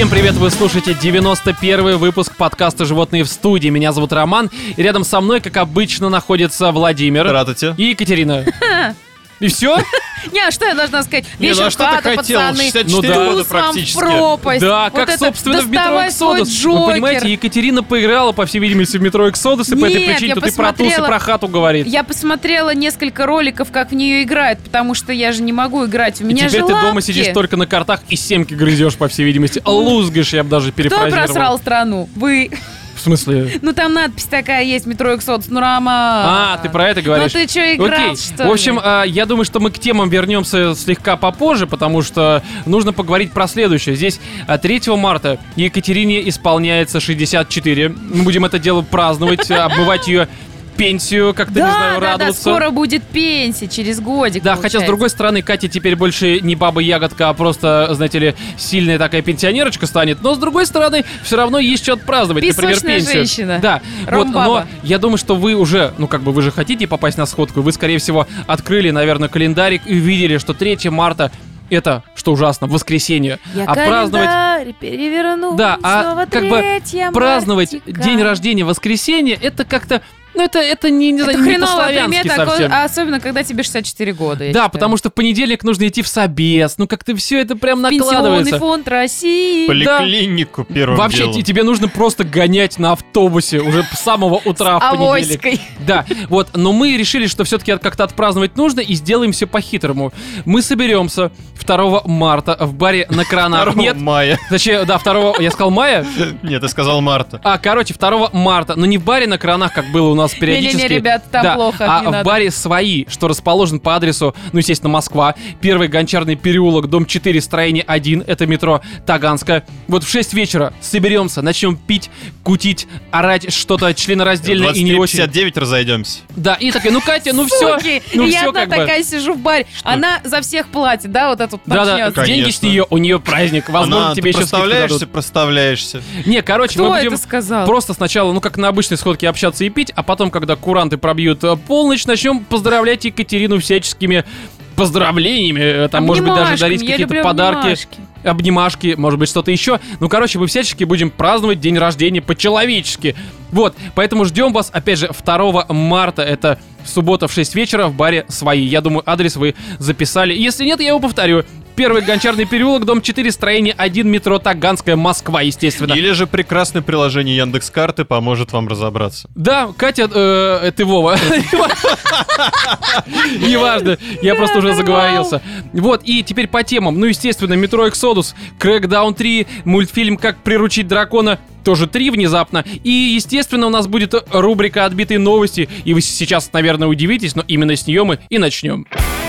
Всем привет, вы слушаете 91-й выпуск подкаста «Животные в студии». Меня зовут Роман, и рядом со мной, как обычно, находится Владимир. Здравствуйте. И Екатерина. И все? Не, а что я должна сказать? Вечер в хату, пацаны. 64 года практически. Пропасть. Да, вот как, собственно, в метро Эксодус. Вы понимаете, Екатерина поиграла, по всей видимости, в метро Эксодус, и по этой причине тут и про туз, и про хату говорит. Я посмотрела несколько роликов, как в нее играют, потому что я же не могу играть. У меня теперь же ты лапки. дома сидишь только на картах и семки грызешь, по всей видимости. Лузгаешь, я бы даже перефразировал. Кто просрал страну? Вы. В смысле? Ну там надпись такая есть, метро Эксодус, ну Рома. Ты про это говоришь? Ну ты что, играл, окей. что ли? В общем, я думаю, что мы к темам вернемся слегка попозже, потому что нужно поговорить про следующее. Здесь 3 марта Екатерине исполняется 64. Мы будем это дело праздновать, обмывать ее пенсию, как-то, не знаю, радоваться. Да, скоро будет пенсия, через годик, Да, получается. хотя, с другой стороны, Катя теперь больше не баба-ягодка, а просто, знаете ли, сильная такая пенсионерочка станет. Но, с другой стороны, все равно есть что отпраздновать, например, Песочная пенсию. женщина. Да, вот, Ромбаба. но я думаю, что вы уже, вы же хотите попасть на сходку, вы, скорее всего, открыли, наверное, календарик и увидели, что 3 марта это, что ужасно, воскресенье. Я а праздновать переверну. Да, снова как бы праздновать мартика. день рождения воскресенье, это как-то. Это не Это не хреновая по-славянски примета, совсем. особенно когда тебе 64 года. Да, потому что в понедельник нужно идти в собес. Как-то все это прям накладывается. Пенсионный фонд России. Поликлинику первым Вообще, делом. тебе нужно просто гонять на автобусе уже с самого утра в понедельник. Авоськой. Да, вот, но мы решили, что все-таки как-то отпраздновать нужно и сделаем все по-хитрому. Мы соберемся 2 марта в баре на Кранах. 2 мая. Точнее, да, 2 я сказал мая? Нет, ты сказал марта. 2 марта, но не в баре на Кранах, как было у нас периодически. Не-не-не, ребят, там плохо, а не в надо. баре «Свои», что расположен по адресу, естественно, Москва, 1-й Гончарный переулок, дом 4, строение 1, это метро Таганская. Вот в 6 вечера соберемся, начнем пить, кутить, орать что-то членораздельное и не очень. 23:59 разойдемся. Да, и такая, все, Суки, ну и все я одна как бы. такая сижу в баре. Она за всех платит, да, вот эту Да-да, начнётся. Конечно. деньги с нее, у нее праздник, возможно, тебе еще скидку дадут. проставляешься. Не, короче, Кто мы будем это сказал? просто сначала, как на обычной сходке, общаться и пить, а потом, когда куранты пробьют полночь, начнем поздравлять Екатерину всяческими поздравлениями, там, может быть, даже дарить Обнимашками, я какие-то люблю подарки, обнимашки. обнимашки, может быть, что-то еще. Мы всячески будем праздновать день рождения по-человечески. Вот, поэтому ждем вас, опять же, 2 марта, это суббота в 6 вечера в баре «Свои». Я думаю, адрес вы записали. Если нет, я его повторю. 1-й Гончарный переулок, дом 4, строение 1, метро Таганская, Москва, естественно. Или же прекрасное приложение Яндекс.Карты поможет вам разобраться. Да, Катя, ты Вова. Неважно, я просто уже заговорился. Вот, и теперь по темам. Естественно, метро Эксодус, Крэкдаун 3, мультфильм «Как приручить дракона», тоже 3 внезапно. И, естественно, у нас будет рубрика «Отбитые новости». И вы сейчас, наверное, удивитесь, но именно с нее мы и начнем.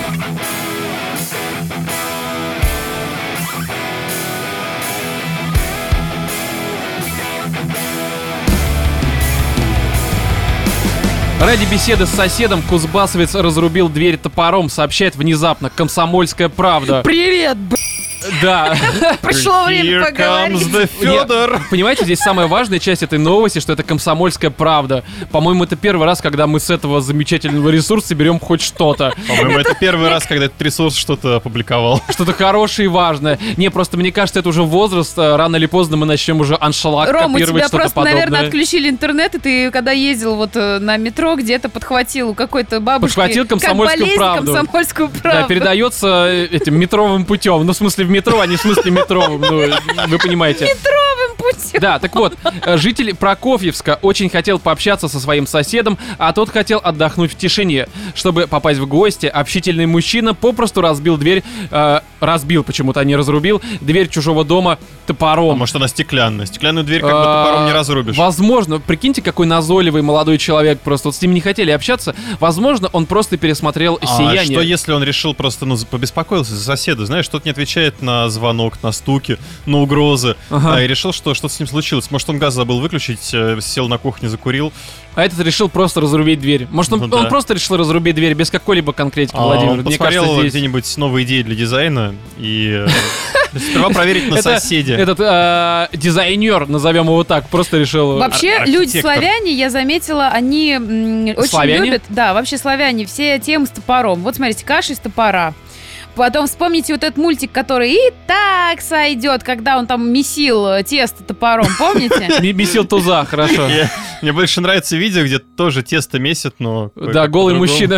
Ради беседы с соседом кузбассовец разрубил дверь топором, сообщает внезапно «Комсомольская правда». Привет, Да. пришло время Here поговорить. comes the Федор. Понимаете, здесь самая важная часть этой новости, что это «Комсомольская правда». По-моему, это первый раз, когда мы с этого замечательного ресурса берем хоть что-то. По-моему, это первый раз, когда этот ресурс что-то опубликовал. Что-то хорошее и важное. Не, просто мне кажется, это уже возраст. Рано или поздно мы начнем уже аншлаг Ром, у копировать, тебя что-то просто, подобное. наверное, отключили интернет, и ты, когда ездил на метро, где-то подхватил у какой-то бабушки... Подхватил «Комсомольскую как болезнь, правду». «Комсомольскую правду». Да, передается этим метровым путем. В смысле в метро, а не в смысле метровым. Вы понимаете. Метровым путем. Да, так вот, житель Прокофьевска очень хотел пообщаться со своим соседом, а тот хотел отдохнуть в тишине. Чтобы попасть в гости, общительный мужчина попросту разбил дверь, разбил почему-то, а не разрубил, дверь чужого дома топором. Может, она стеклянная. Стеклянную дверь как бы топором не разрубишь. Возможно, прикиньте, какой назойливый молодой человек, просто вот с ним не хотели общаться. Возможно, он просто пересмотрел «Сияние». А что если он решил просто, побеспокоился за соседа, знаешь, тот не отвечает на звонок, на стуки, на угрозы, и решил, что что-то с ним случилось. Может, он газ забыл выключить, сел на кухне, закурил. А этот решил просто разрубить дверь. Может, он просто решил разрубить дверь без какой-либо конкретики, Владимир? Он посмотрел где-нибудь новые идеи для дизайна и сперва проверить на соседе. Этот дизайнер, назовем его так, просто решил... Вообще, люди-славяне, я заметила, они очень Славяне? любят... Да, вообще славяне, все темы с топором. Вот смотрите, каша из топора. Потом вспомните вот этот мультик, который и так сойдет, когда он там месил тесто топором, помните? Месил туза, хорошо. Мне больше нравится видео, где тоже тесто месят, но... Да, голый мужчина.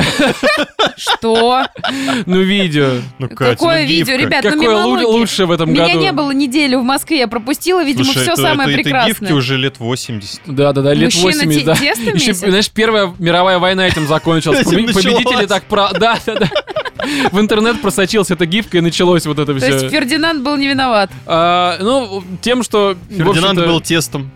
Что? Ну, видео. Ну, Катя, Какое видео, ребят, ну Какое мемология. лучше в этом году? Меня не было неделю в Москве, я пропустила, видимо, Слушай, все самое это прекрасное. гифки уже лет 80. Да, лет Мужчина 80, да. тесто Еще, месит? знаешь, Первая мировая война этим закончилась. Этим Победители началось. так Да. В интернет просочилась эта гифка, и началось вот это То есть все. Фердинанд был не виноват. Ну, тем, что... в Фердинанд общем-то, был тестом.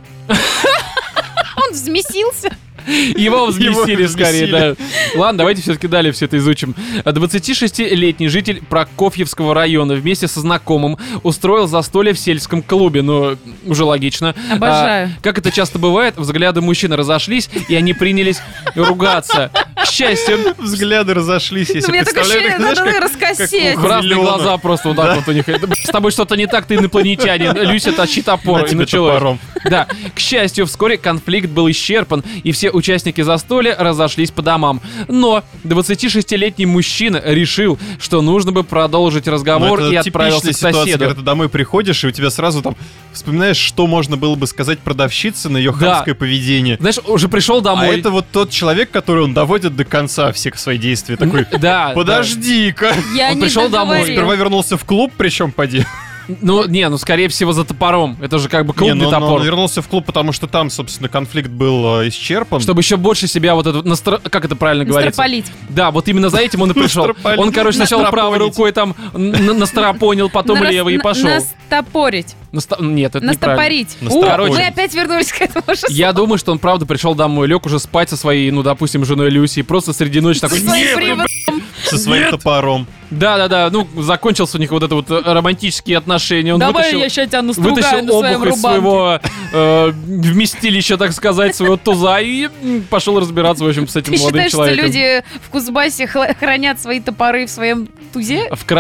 Он взмесился. Его взмесили Его скорее, взмесили. да. Ладно, давайте все-таки далее все это изучим. 26-летний житель Прокофьевского района вместе со знакомым устроил застолье в сельском клубе. Ну, уже логично. Обожаю. Как это часто бывает, взгляды мужчин разошлись, и они принялись ругаться. К счастью, Взгляды разошлись, если Ну, мне так представляю, ощущение, так, знаешь, надо как раскосеть. у в разные хамелеона. глаза просто вот так вот у них. С тобой что-то не так, ты инопланетянин. Люся, тащи топор. На И тебе началось. топором. Да, к счастью, вскоре конфликт был исчерпан, и все участники застолья разошлись по домам. Но 26-летний мужчина решил, что нужно бы продолжить разговор, Ну, и это отправился типичная к ситуация, соседу. когда ты домой приходишь, и у тебя сразу там вспоминаешь, что можно было бы сказать продавщице на ее Да. хамское поведение. Знаешь, уже пришел А домой. это вот тот человек, который он доводит до конца всех свои действия. Такой, Да. подожди-ка. Я Он не пришел домой, договорил. Сперва вернулся в клуб, причем поди. Ну, скорее всего, за топором. Это же как бы клубный Не, ну, топор. он вернулся в клуб, потому что там, собственно, конфликт был исчерпан. Чтобы еще больше себя вот это... Как это правильно говорится? Настропалить. Да, вот именно за этим он и пришел. Настропалить. Он, короче, сначала правой Настропонить. рукой там настропонил, потом левой и пошел. Настопорить. Нет, это неправильно. Настопорить. Настропорить. Мы опять вернулись к этому же Я думаю, что он правда пришел домой, лег уже спать со своей, ну, допустим, женой Люси, и просто среди ночи такой... Со своим «Нет!» приводом. Со своим Нет. топором. Да, ну, закончился у них вот это вот романтические отношения. Он Давай вытащил, я сейчас тебя настругаю на своем обух из рубанке. своего вместилища, так сказать, своего туза, и пошел разбираться, в общем, с этим Ты молодым считаешь, что человеком. люди в Кузбассе хранят свои топоры в своем тузе? В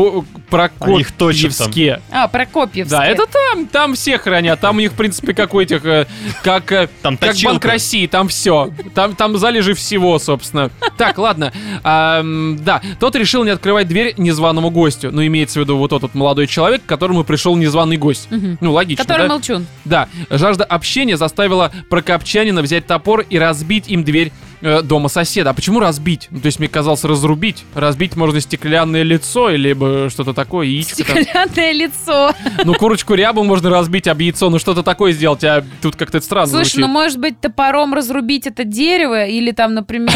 Их точат там. Прокопьевске. Прокопьевске. Да, это там все хранят. Там у них, в принципе, как у этих, как Там Банк точилка. России, там все. Там залежи всего, собственно. Так, ладно. Да, тот решил не открывать дверь незваному гостю. Ну, имеется в виду вот тот молодой человек, к которому пришел незваный гость. Мгм. Ну, логично, Который да? молчун. Да, жажда общения заставила прокопчанина взять топор и разбить им дверь дома соседа. А почему разбить? Ну, то есть мне казалось разрубить. Разбить можно стеклянное лицо, либо что-то такое, яичко там. Стеклянное лицо. Ну, курочку рябу можно разбить об яйцо, ну что-то такое сделать, а тут как-то это странно Слушай, звучит. ну может быть топором разрубить это дерево или там, например...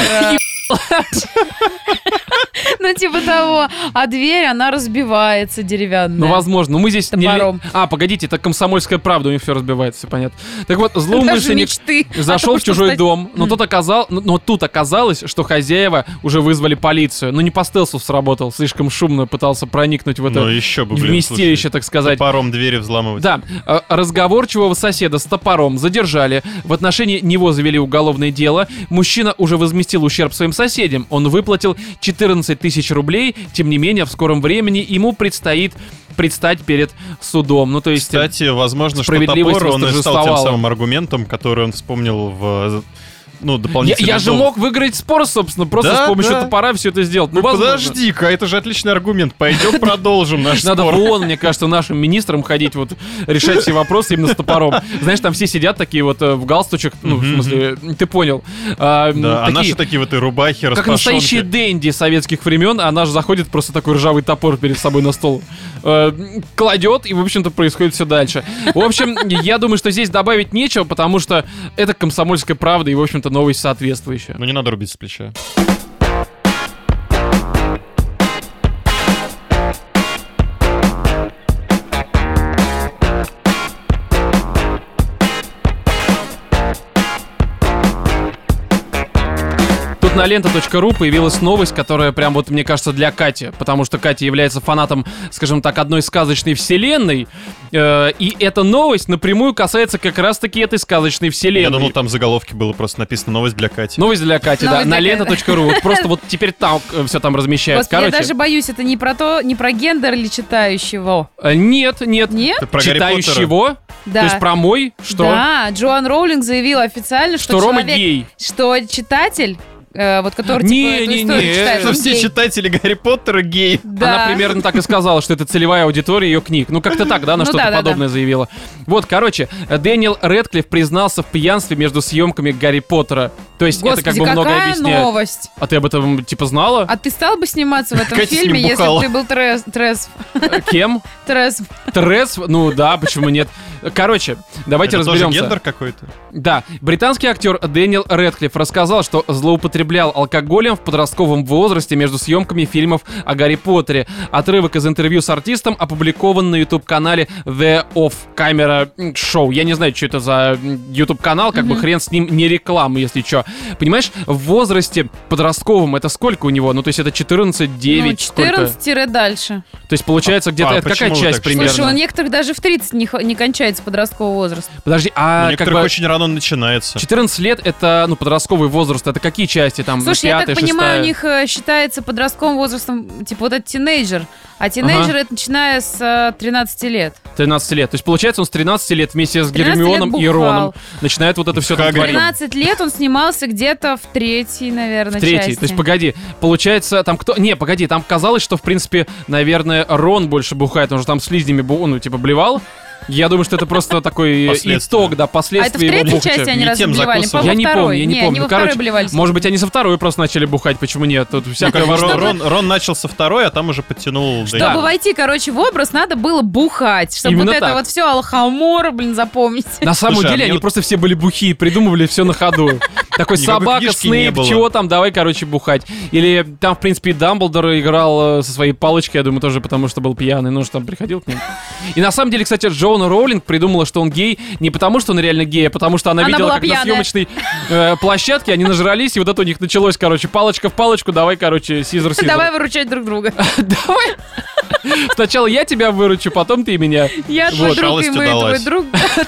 Ну, типа того. А дверь, она разбивается деревянная. Ну, возможно. Но мы здесь не... Топором. Погодите, это «Комсомольская правда», у них все разбивается, все понятно. Так вот, Даже злоумышленник мечты. зашел о том, в что чужой стать- дом, но тут оказалось, что хозяева уже вызвали полицию. Ну, не по стелсу сработал, слишком шумно пытался проникнуть в это Ну еще бы, блин, вместилище, слушай, так сказать. топором двери взламывать. Да, разговорчивого соседа с топором задержали. В отношении него завели уголовное дело. Мужчина уже возместил ущерб своим соседям. Он выплатил 14 тысяч рублей. Тем не менее, в скором времени ему предстоит предстать перед судом. Ну, то есть... Кстати, возможно, что справедливость топор, он и стал тем восторжествовала. самым аргументом, который он вспомнил в дополнительном... Я же мог выиграть спор, собственно, просто Да, с помощью да. топора все это сделать. Ну, возможно. подожди-ка, это же отличный аргумент. Пойдем продолжим наш Надо спор. в ООН, мне кажется, нашим министрам ходить, вот, решать все вопросы именно с топором. Знаешь, там все сидят такие вот в галстучек, ну, в смысле, ты понял. Да, а Такие, наши такие вот и рубахи, как распашонки. настоящие денди советских времен, а наш заходит просто такой ржавый топор перед собой на стол. Кладет, и, в общем-то, происходит все дальше. В общем, я думаю, что здесь добавить нечего, потому что это «Комсомольская правда» и, в общем-то, новость соответствующая. Ну не надо рубить с плеча. Тут на лента.ру появилась новость, которая прям вот, мне кажется, для Кати, потому что Катя является фанатом, скажем так, одной сказочной вселенной, и эта новость напрямую касается как раз-таки этой сказочной вселенной. Я думал, там в заголовке было просто написано «Новость для Кати». Новость для Кати, да, Новость на для лента.ру. Вот просто вот теперь там все там размещается. Господи, я Короче, даже боюсь, это не про гендер или читающего. нет. Нет? Это про Гарри Поттера. Читающего? Да. То есть про мой? Что? Да, Джоан Роулинг заявила официально, Что Рома человек, гей. что читатель вот который типа эту историю читает. Что Он все гей. читатели Гарри Поттера гей. Да. Она примерно так и сказала, что это целевая аудитория ее книг. Ну, как-то так, да, она Ну что-то да. подобное заявила. Вот, короче, Дэниел Рэдклифф признался в пьянстве между съемками Гарри Поттера. То есть Господи, это как бы многое какая объясняет. новость. А ты об этом, типа, знала? А ты стал бы сниматься в этом Катя с ним фильме, если бухала. бы ты был трезв? Кем? Трезв. Тресв? Ну да, почему нет? Короче, давайте Это тоже разберемся. гендер какой-то. Да, британский актер Дэниел Рэдклифф рассказал, что злоупотреблял алкоголем в подростковом возрасте между съемками фильмов о Гарри Поттере. Отрывок из интервью с артистом опубликован на YouTube-канале The Off-Camera Show. Я не знаю, что это за YouTube-канал, как бы хрен с ним, не реклама, если что. Понимаешь, в возрасте подростковом это сколько у него? Ну, то есть это 14, 9, Ну, сколько? 14 дальше. То есть получается где-то, это какая почему вы часть так примерно? Слушай, у некоторых даже в 30 не кончается подростковый возраст. Подожди, У а как некоторых бы... очень рано начинается. 14 лет это, ну, подростковый возраст. Это какие части там? Слушай, я Пятая, так понимаю, у шестая? них считается подростковым возрастом, типа вот этот тинейджер. А тинейджер это начиная с 13 лет. 13 лет. То есть, получается, он с 13 лет вместе с 13 Гермионом лет и бухал. Роном начинает вот это все там Хагрид. творить. 13 лет он снимался где-то в третьей, наверное, В третьей. части. То есть, погоди, получается, там кто... Не, погоди, там казалось, что, в принципе, наверное, Рон больше бухает, он же там слизнями, ну, типа, блевал. Я думаю, что это просто такой Последствия. итог, да, А это в последствия его третьей бухача. части они Не разве тем блевали? закусывали. По-моему, Я не второй. помню, я не помню. они Ну, во второй короче, блевали. Может быть, они со второй просто начали бухать, почему нет? Тут всякое Как бы можно. Рон начал со второй, а там уже подтянул. Чтобы Да. войти, короче, в образ, надо было бухать. Чтобы Именно вот это так. вот все алхамор, запомнить. На самом Слушай, а деле, мне они вот- просто все были бухие, придумывали все на ходу. Такой Никакой собака, книжки не Снейп, было. чего там, давай, короче, бухать. Или там, в принципе, и Дамблдор играл со своей палочкой, я думаю, тоже потому, что был пьяный, ну, что там приходил к ним. И на самом деле, кстати, Джоан Роулинг придумала, что он гей не потому, что он реально гей, а потому что она Она видела, была как на пьяная. съемочной площадке они нажрались, и вот это у них началось, короче, палочка в палочку, давай, короче, сизер. Давай выручать друг друга. Давай. Сначала я тебя выручу, потом ты меня. Я твой Вот, друг, и шалость мы твой удалась. друг.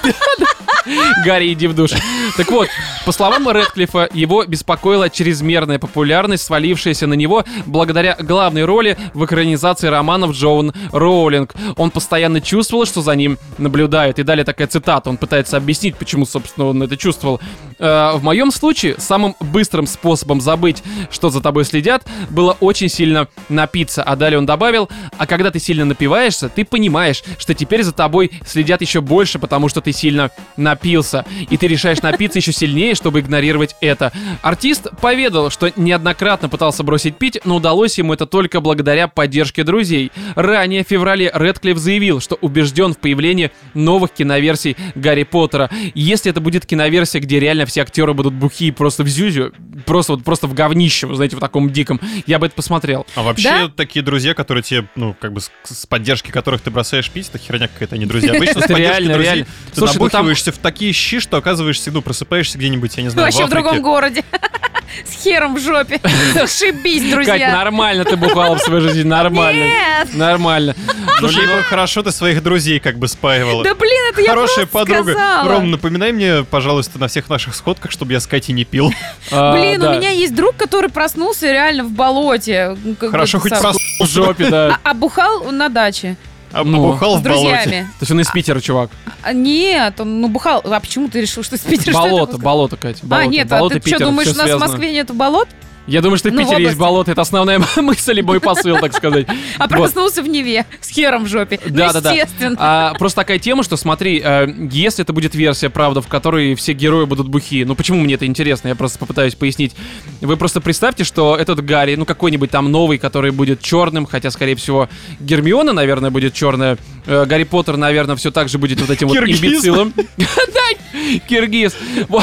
Гарри, иди в душ. Так вот, по словам Рэдклиффа, его беспокоила чрезмерная популярность, свалившаяся на него благодаря главной роли в экранизации романов Джоан Роулинг. Он постоянно чувствовал, что за ним наблюдают. И далее такая цитата. Он пытается объяснить, почему, собственно, он это чувствовал. В моем случае, самым быстрым способом забыть, что за тобой следят, было очень сильно напиться. А далее он добавил, а когда ты сильно напиваешься, ты понимаешь, что теперь за тобой следят еще больше, потому что ты сильно напился. И ты решаешь напиться еще сильнее, чтобы игнорировать это. Артист поведал, что неоднократно пытался бросить пить, но удалось ему это только благодаря поддержке друзей. Ранее, в феврале, Рэдклифф заявил, что убежден в появлении новых киноверсий Гарри Поттера. И если это будет киноверсия, где реально все актеры будут бухие просто в зюзю, просто в говнище, вы знаете, в таком диком, я бы это посмотрел. А вообще Да? такие друзья, которые тебе, ну, как бы с поддержки которых ты бросаешь пить, это херня какая-то, а не друзья. Обычно с Это поддержки реально, друзей реально. ты Слушай, ну там- набухиваешься в такие щи, что оказываешься, ну, просыпаешься где-нибудь, я не знаю, Вообще в Африке. другом городе. С хером в жопе. Шибись, Кать, друзья. нормально ты бухала в своей жизни, нормально. Нет. Нормально. Ну, либо хорошо ты своих друзей как бы спаивала. Да блин, это я Хорошая просто подруга. сказала. Ром, напоминай мне, пожалуйста, на всех наших сходках, чтобы я с Катей не пил. Блин, да. у меня есть друг, который проснулся реально в болоте. Хорошо, хоть сам. В жопе, да. А бухал он на даче Ну, бухал с в болоте. друзьями. То есть он из Питера, чувак. Нет, он бухал. А почему ты решил, что из Питера? Что это такое? Болото, Кать. Болото. Нет, болото, а ты что, Питер, думаешь, всё у нас в связано. Москве нету болот? Я думаю, что в Ну, в Питере есть области. болото. Это основная мысль и мой посыл, так сказать. А Вот. проснулся в Неве с хером в жопе. Да. Естественно. Просто такая тема, что смотри, если это будет версия, правда, в которой все герои будут бухие, ну почему мне это интересно, я просто попытаюсь пояснить. Вы просто представьте, что этот Гарри, ну какой-нибудь там новый, который будет черным, хотя, скорее всего, Гермиона, наверное, будет черная, Гарри Поттер, наверное, все так же будет вот этим вот Киргиз. имбецилом. Да, киргиз. Вот.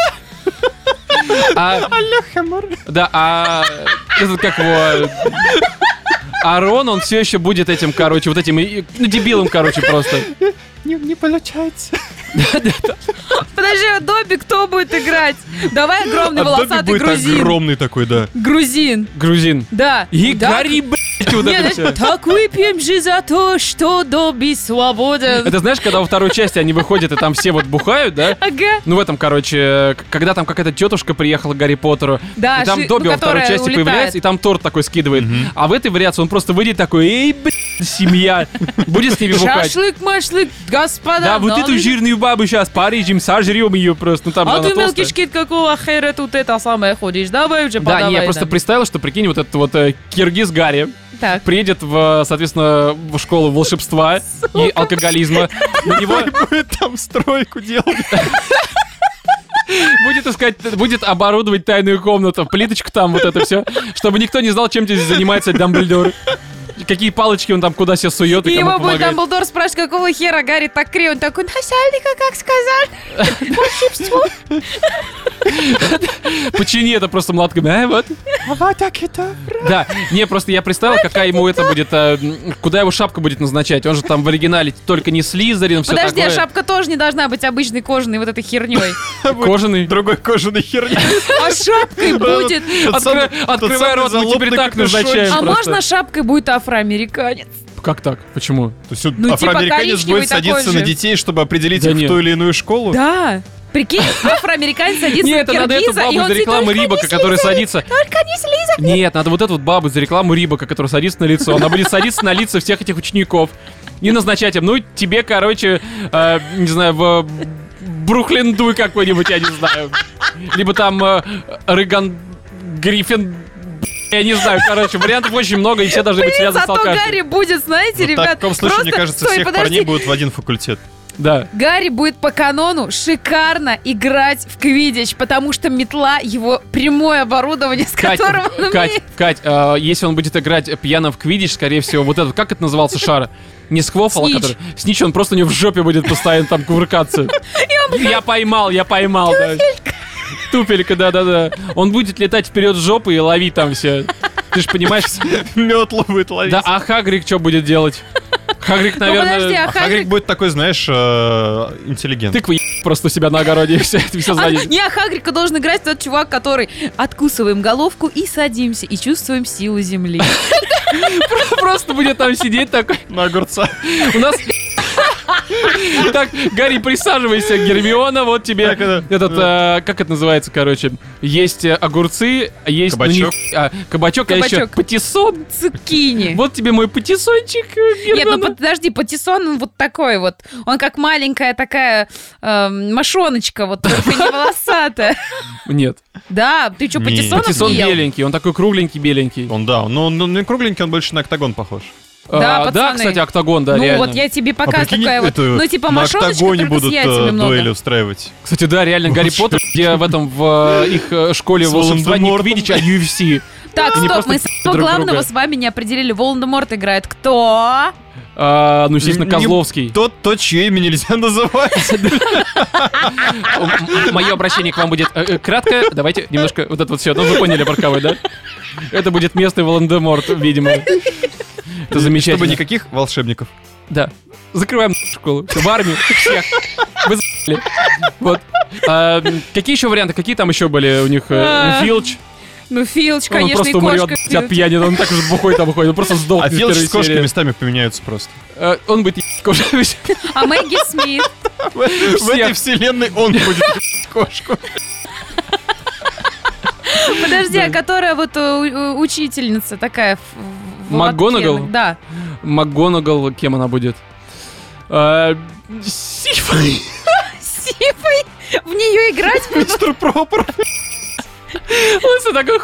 Да, этот как его... А Рон, он все еще будет этим, короче, вот этим, ну, дебилом, короче, просто. Не получается. Подожди, а Добби кто будет играть? Давай огромный А Добби волосатый будет грузин. огромный такой, да. Грузин. Грузин. Да. И Да. Гарри, блядь, вот это Нет, всё. так выпьем же за то, что Добби свободен. Это знаешь, когда во второй части они выходят, и там все вот бухают, да? Ага. Ну, в этом, короче, когда там какая-то тетушка приехала к Гарри Поттеру, Да, и там ну, Добби во второй которая части улетает. появляется, и там торт такой скидывает. А в этой вариации он просто выйдет такой, эй, блядь, семья. Будет с ними бухать. Шашлык-машлык, господа. Да, вот эту жирную бабу сейчас порежем, сожрем ее просто. Ну там же А она ты, мелкий толстая. шкит, какого хера тут это самое ходишь? Давай уже Да, подавай не, я просто нам. представил, что, прикинь, вот этот вот киргиз Гарри Так. приедет, соответственно, в школу волшебства и алкоголизма. На него Будет там стройку делать. будет оборудовать тайную комнату, плиточку там, вот это все, чтобы никто не знал, чем здесь занимается Дамблдор. Какие палочки он там куда себе сует И и кому его будет помогает. Дамблдор спрашивать, какого хера Гарри так криво. Он такой, начальника, как сказать? Волшебство. Почини это просто молотком. Вот. Вот так это. Да, не, просто я представил, какая ему это будет, куда его шапка будет назначать. Он же там в оригинале только не Слизерин, все Подожди, а такое. шапка тоже не должна быть обычной кожаной вот этой херней. Кожаный. Другой кожаной херни. А шапкой будет... Открывай рот, мы теперь так назначаем. А просто. можно шапкой будет афроамериканец? Как так? Почему? То есть вот Ну, типа афроамериканец коричневый будет садиться такой на же. детей, чтобы определить Да их нет. в ту или иную школу? Да. Прикинь, афроамериканец садится Нет, на это надо эту киргиза, и бабу он из рекламы такой, Рибака, которая садится... Только не слиза. Нет, надо вот эту вот бабу из рекламы Рибака, которая садится на лицо. Она будет садиться на лица всех этих учеников. И назначать им, ну, тебе, короче, не знаю, в Бруклин-дуй какой-нибудь, я не знаю. Либо там Рыган Гриффин... Я не знаю, короче, вариантов очень много, и все должны быть связаны с Зато алкашкой. Гарри будет, знаете, Вот так, ребят, в таком случае, мне просто- кажется, Стой, всех подожди. парней будут в один факультет. Да. Гарри будет по канону шикарно играть в квиддич, потому что метла его прямое оборудование, с которым он умеет. Кать, если он будет играть пьяным в квиддич, скорее всего, вот этот, как это назывался шар? Не сквофл, а Снич. который... Снич, он просто у него в жопе будет постоянно там кувыркаться. Я поймал, да. Туфелька, да. Он будет летать вперед жопы и ловить там все. Ты же понимаешь? Метлу будет ловить. Да, а Хагрид что будет делать? Хагрид, наверное... подожди, А Хагрид будет такой, знаешь, интеллигент. Тыквы просто у себя на огороде, и все сзади. Не, а Хагрика должен играть тот чувак, который откусываем головку и садимся, и чувствуем силу земли. Просто будет там сидеть такой. На огурца. У нас... Так, Гарри, присаживайся, Гермиона, вот тебе Так, это- этот, как это называется, короче, есть огурцы, есть... Кабачок. Кабачок, а еще Кабачок. патиссон. Цукини. Вот тебе мой патиссончик, Нет, ну Гермиона. подожди, патиссон он вот такой вот. Он как маленькая такая мошоночка, вот только не волосатая. Нет, Да, ты что, Не, патиссонов патиссон не ел? беленький, он такой кругленький, беленький. Он, да, но он не кругленький, он больше на октагон похож. Да, Да, пацаны. кстати, октагон, да, Ну реально. вот я тебе пока прикинь, такая вот, это ну типа на мошоночка, октагоне только с будут яйцами дуэли много. устраивать. Кстати, да, реально, Гарри Поттер, где в этом, в их школе С волшебства не Волан-де-Мортом. Квиддич, а UFC. Так, Они стоп, просто мы пи***ют самого друг главного друга. с вами не определили. Волан-де-Морт играет кто? Ну, естественно, Не- Козловский. Тот, чье имя нельзя называть. Мое обращение к вам будет краткое. Давайте немножко вот это вот все. Ну, вы поняли, про кого, да? Это будет местный Волан-де-Морт, видимо. Это замечательно. Чтобы никаких волшебников. Да. Закрываем школу. Всё, в армию. Всех. Вы за***ли. Вот. Какие еще варианты? Какие там еще были у них? Филч. Ну, Филч, Он конечно, просто и умрет кошка. от пьяни. Он так уже бухой там выходит. Он просто А сдохнет в Филч первой с кошкой серии. местами поменяются просто. Он будет кошкой. А Мэгги Смит. В этой вселенной он будет кошку. Подожди, а которая вот учительница такая в МакГонагал? латеках? Да. МакГонагал, кем она будет? Сифой. Сифой в нее играть? Мистер Пропер. Он все такой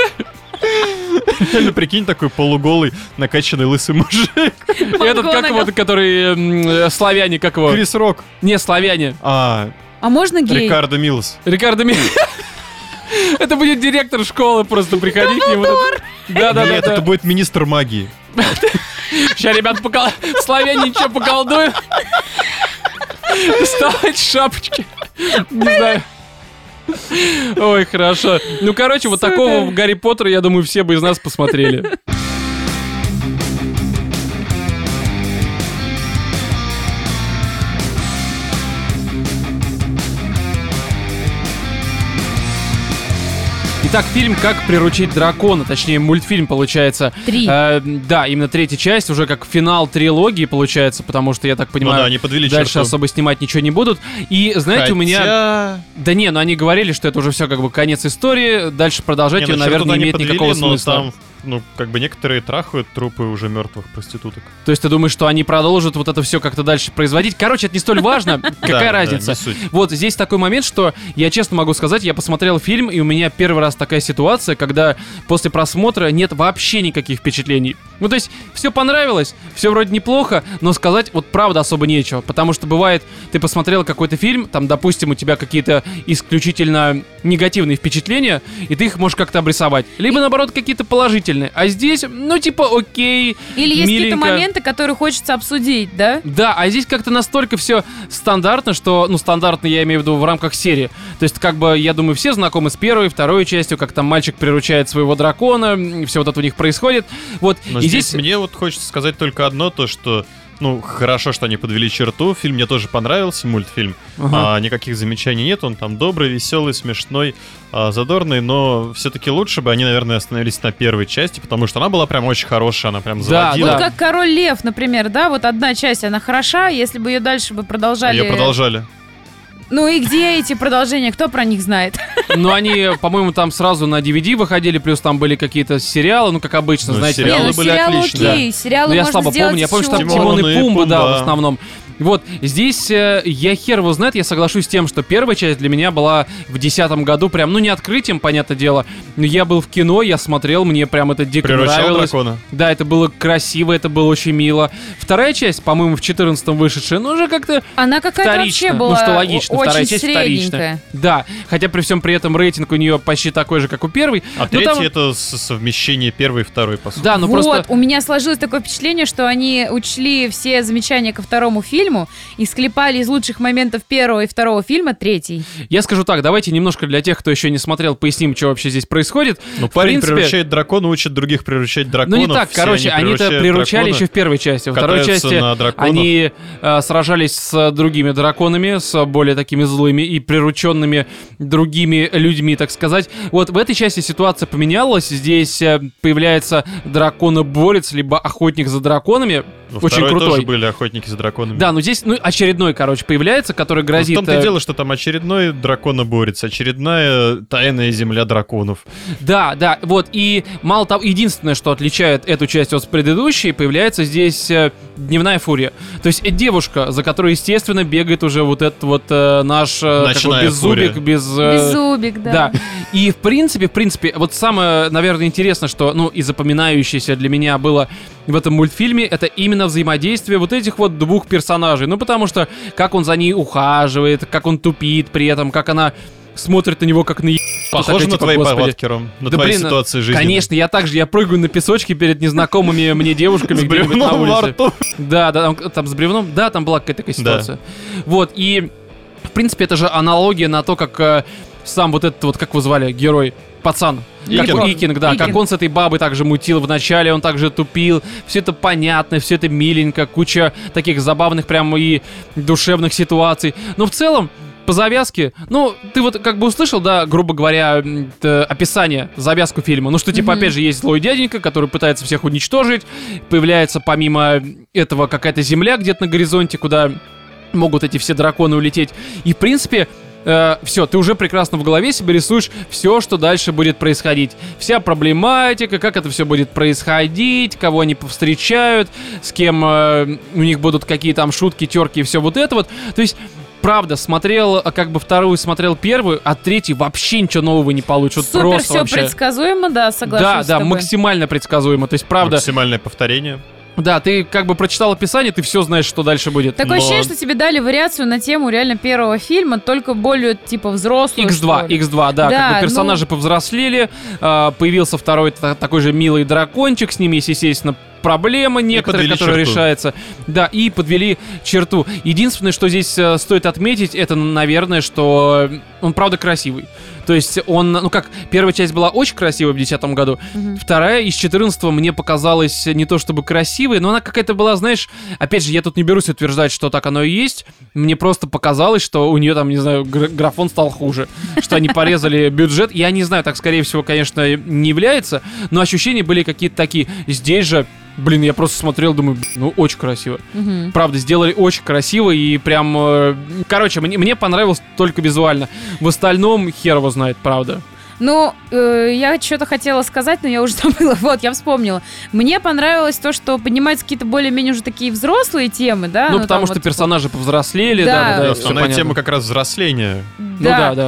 Или прикинь, такой полуголый, накачанный лысый мужик. Этот, как его, который славяне, как его? Крис Рок. Не, славяне. А можно гей? Рикардо Милос. Рикардо Ми. Это будет директор школы просто приходить к нему. Нет, Да. это будет министр магии. Сейчас, ребят, славяне ничего поколдуем. Доставайте шапочки. Не знаю. Ой, хорошо. Ну, короче, вот Сука. такого Гарри Поттера, я думаю, все бы из нас посмотрели. Итак, фильм «Как приручить дракона», точнее, мультфильм, получается. 3. Да, именно третья часть, уже как финал трилогии, получается, потому что, я так Ну понимаю, да, они подвели дальше черту. особо снимать ничего не будут. И, знаете, у меня... Хотя- Да не, ну они говорили, что это уже все как бы конец истории, дальше продолжать Не, ее, ну, наверное, черту-то не они имеет подвели, никакого но смысла. там ну, как бы некоторые трахают трупы уже мертвых проституток. То есть ты думаешь, что они продолжат вот это все как-то дальше производить? Короче, это не столь важно. Какая разница? не суть. Вот здесь такой момент, что я честно могу сказать, я посмотрел фильм, и у меня первый раз такая ситуация, когда после просмотра нет вообще никаких впечатлений. Ну, то есть, все понравилось, все вроде неплохо, но сказать вот правда особо нечего. Потому что бывает, ты посмотрел какой-то фильм, там, допустим, у тебя какие-то исключительно негативные впечатления, и ты их можешь как-то обрисовать. Либо, наоборот, какие-то положительные. А здесь, ну, типа, окей, Или есть миленько. какие-то моменты, которые хочется обсудить, да? Да, а здесь как-то настолько все стандартно, что, ну, стандартно я имею в виду в рамках серии. То есть, как бы, я думаю, все знакомы с первой, второй частью, как там мальчик приручает своего дракона, и все вот это у них происходит. Вот, Но и здесь мне вот хочется сказать только одно, то что, ну, хорошо, что они подвели черту, фильм мне тоже понравился, мультфильм, никаких замечаний нет, он там добрый, веселый, смешной, задорный, но все-таки лучше бы они, наверное, остановились на первой части, потому что она была прям очень хорошая, она прям заводила. Вот как «Король Лев», например, да, вот одна часть, она хороша, если бы ее дальше бы продолжали... Ее продолжали. Ну и где эти продолжения, кто про них знает? Ну, они, по-моему, там сразу на DVD выходили, плюс там были какие-то сериалы, ну, как обычно, Ну, знаете. сериалы Не, были сериалы отличные. окей, сериалы Ну, я можно слабо сделать помню. Я помню, что там еще Тимон и Пумба, да, в Пумба. основном. Вот, здесь я хер его знает, я соглашусь с тем, что первая часть для меня была в 2010 году прям, ну, не открытием, понятное дело, но я был в кино, я смотрел, мне прям это дико Приручал нравилось. дракона. Да, это было красиво, это было очень мило. Вторая часть, по-моему, в 2014 вышедшая, ну, уже как-то Она какая-то вторично. вообще была Ну, что логично, очень вторая часть средненькая. вторичная. Да, хотя при всем при этом рейтинг у нее почти такой же, как у первой. А Ну, третий там- это совмещение первой и второй, по сути. Да, ну Вот, просто... у меня сложилось такое впечатление, что они учли все замечания ко второму фильму и склепали из лучших моментов первого и второго фильма третий. Я скажу так, давайте немножко для тех, кто еще не смотрел, поясним, что вообще здесь происходит. Ну, В парень принципе, приручает дракона, учит других приручать Ну драконов. не так, все короче, они-то приручают приручали дракона, еще в первой части. Во второй катаются части на драконах. они сражались с другими драконами, с более такими злыми и прирученными другими людьми, так сказать. Вот в этой части ситуация поменялась. Здесь появляется драконоборец, либо охотник за драконами. Во Очень второй крутой. тоже были охотники за драконами. Да, ну здесь, ну, очередной, короче, появляется, который Ну, грозит... в том-то и дело, что там очередной драконоборец, очередная тайная земля драконов. Да, да, вот, и мало того, единственное, что отличает эту часть от предыдущей, появляется здесь дневная фурия. То есть девушка, за которой, естественно, бегает уже вот этот вот наш Ночная беззубик, фурия. Беззубик, да. Да. И в принципе, вот самое, наверное, интересное, что, ну, и запоминающееся для меня было в этом мультфильме, это именно взаимодействие вот этих вот двух персонажей. Ну, потому что как он за ней ухаживает, как он тупит при этом, как она смотрит на него как на Похоже на типа, твои «Господи». повадки, Ром, на Да, твои блин, ситуации жизни. Конечно, я прыгаю на песочке перед незнакомыми мне девушками С где-нибудь на бревном во улице. рту. Да, там с бревном, да, там была какая-то такая ситуация. Вот, и, в принципе, это же аналогия на то, как сам вот этот вот, как его звали, герой, пацан. Икинг. Икинг, да, Икинг. как он с этой бабой также мутил в начале, он также тупил, все это понятно, все это миленько, куча таких забавных прям и душевных ситуаций. Но в целом, по завязке, ну, ты вот как бы услышал, да, грубо говоря, описание, завязку фильма. Ну, что, типа, опять же, есть злой дяденька, который пытается всех уничтожить. Появляется помимо этого какая-то земля где-то на горизонте, куда могут эти все драконы улететь. И, в принципе, все, ты уже прекрасно в голове себе рисуешь все, что дальше будет происходить. Вся проблематика, как это все будет происходить, кого они повстречают, с кем у них будут какие там шутки, терки и все вот это вот. То есть, правда, смотрел как бы вторую, смотрел первую, а третий вообще ничего нового не получишь. Вот Супер просто все вообще. предсказуемо, да, соглашусь Да, с да, тобой. максимально предсказуемо. То есть, правда, Максимальное повторение. да, ты как бы прочитал описание, ты все знаешь, что дальше будет. Такое Но- ощущение, что тебе дали вариацию на тему реально первого фильма, только более, типа, взрослую, что X2, ли. X2, да, Да, как бы персонажи повзрослели, появился второй такой же милый дракончик, с ними есть, естественно, проблема некоторые, подвели которая черту. решается. Да, и подвели черту. Единственное, что здесь стоит отметить, это, наверное, что он правда красивый. То есть он, ну как, первая часть была очень красивая в 2010 году, вторая из 14-го мне показалась не то чтобы красивой, но она какая-то была, знаешь, опять же, я тут не берусь утверждать, что так оно и есть, мне просто показалось, что у нее там, не знаю, графон стал хуже, что они порезали бюджет, я не знаю, так скорее всего, конечно, не является, но ощущения были какие-то такие. Здесь же, блин, я просто смотрел, думаю, ну, очень красиво. Правда, сделали очень красиво и прям... короче, мне понравилось только визуально. В остальном хер его знает, правда. Ну, я что-то хотела сказать, но я уже забыла. Вот, я вспомнила. Мне понравилось то, что поднимаются какие-то более-менее уже такие взрослые темы, да? Ну, потому что персонажи повзрослели, да. Основная тема как раз взросления. Ну да.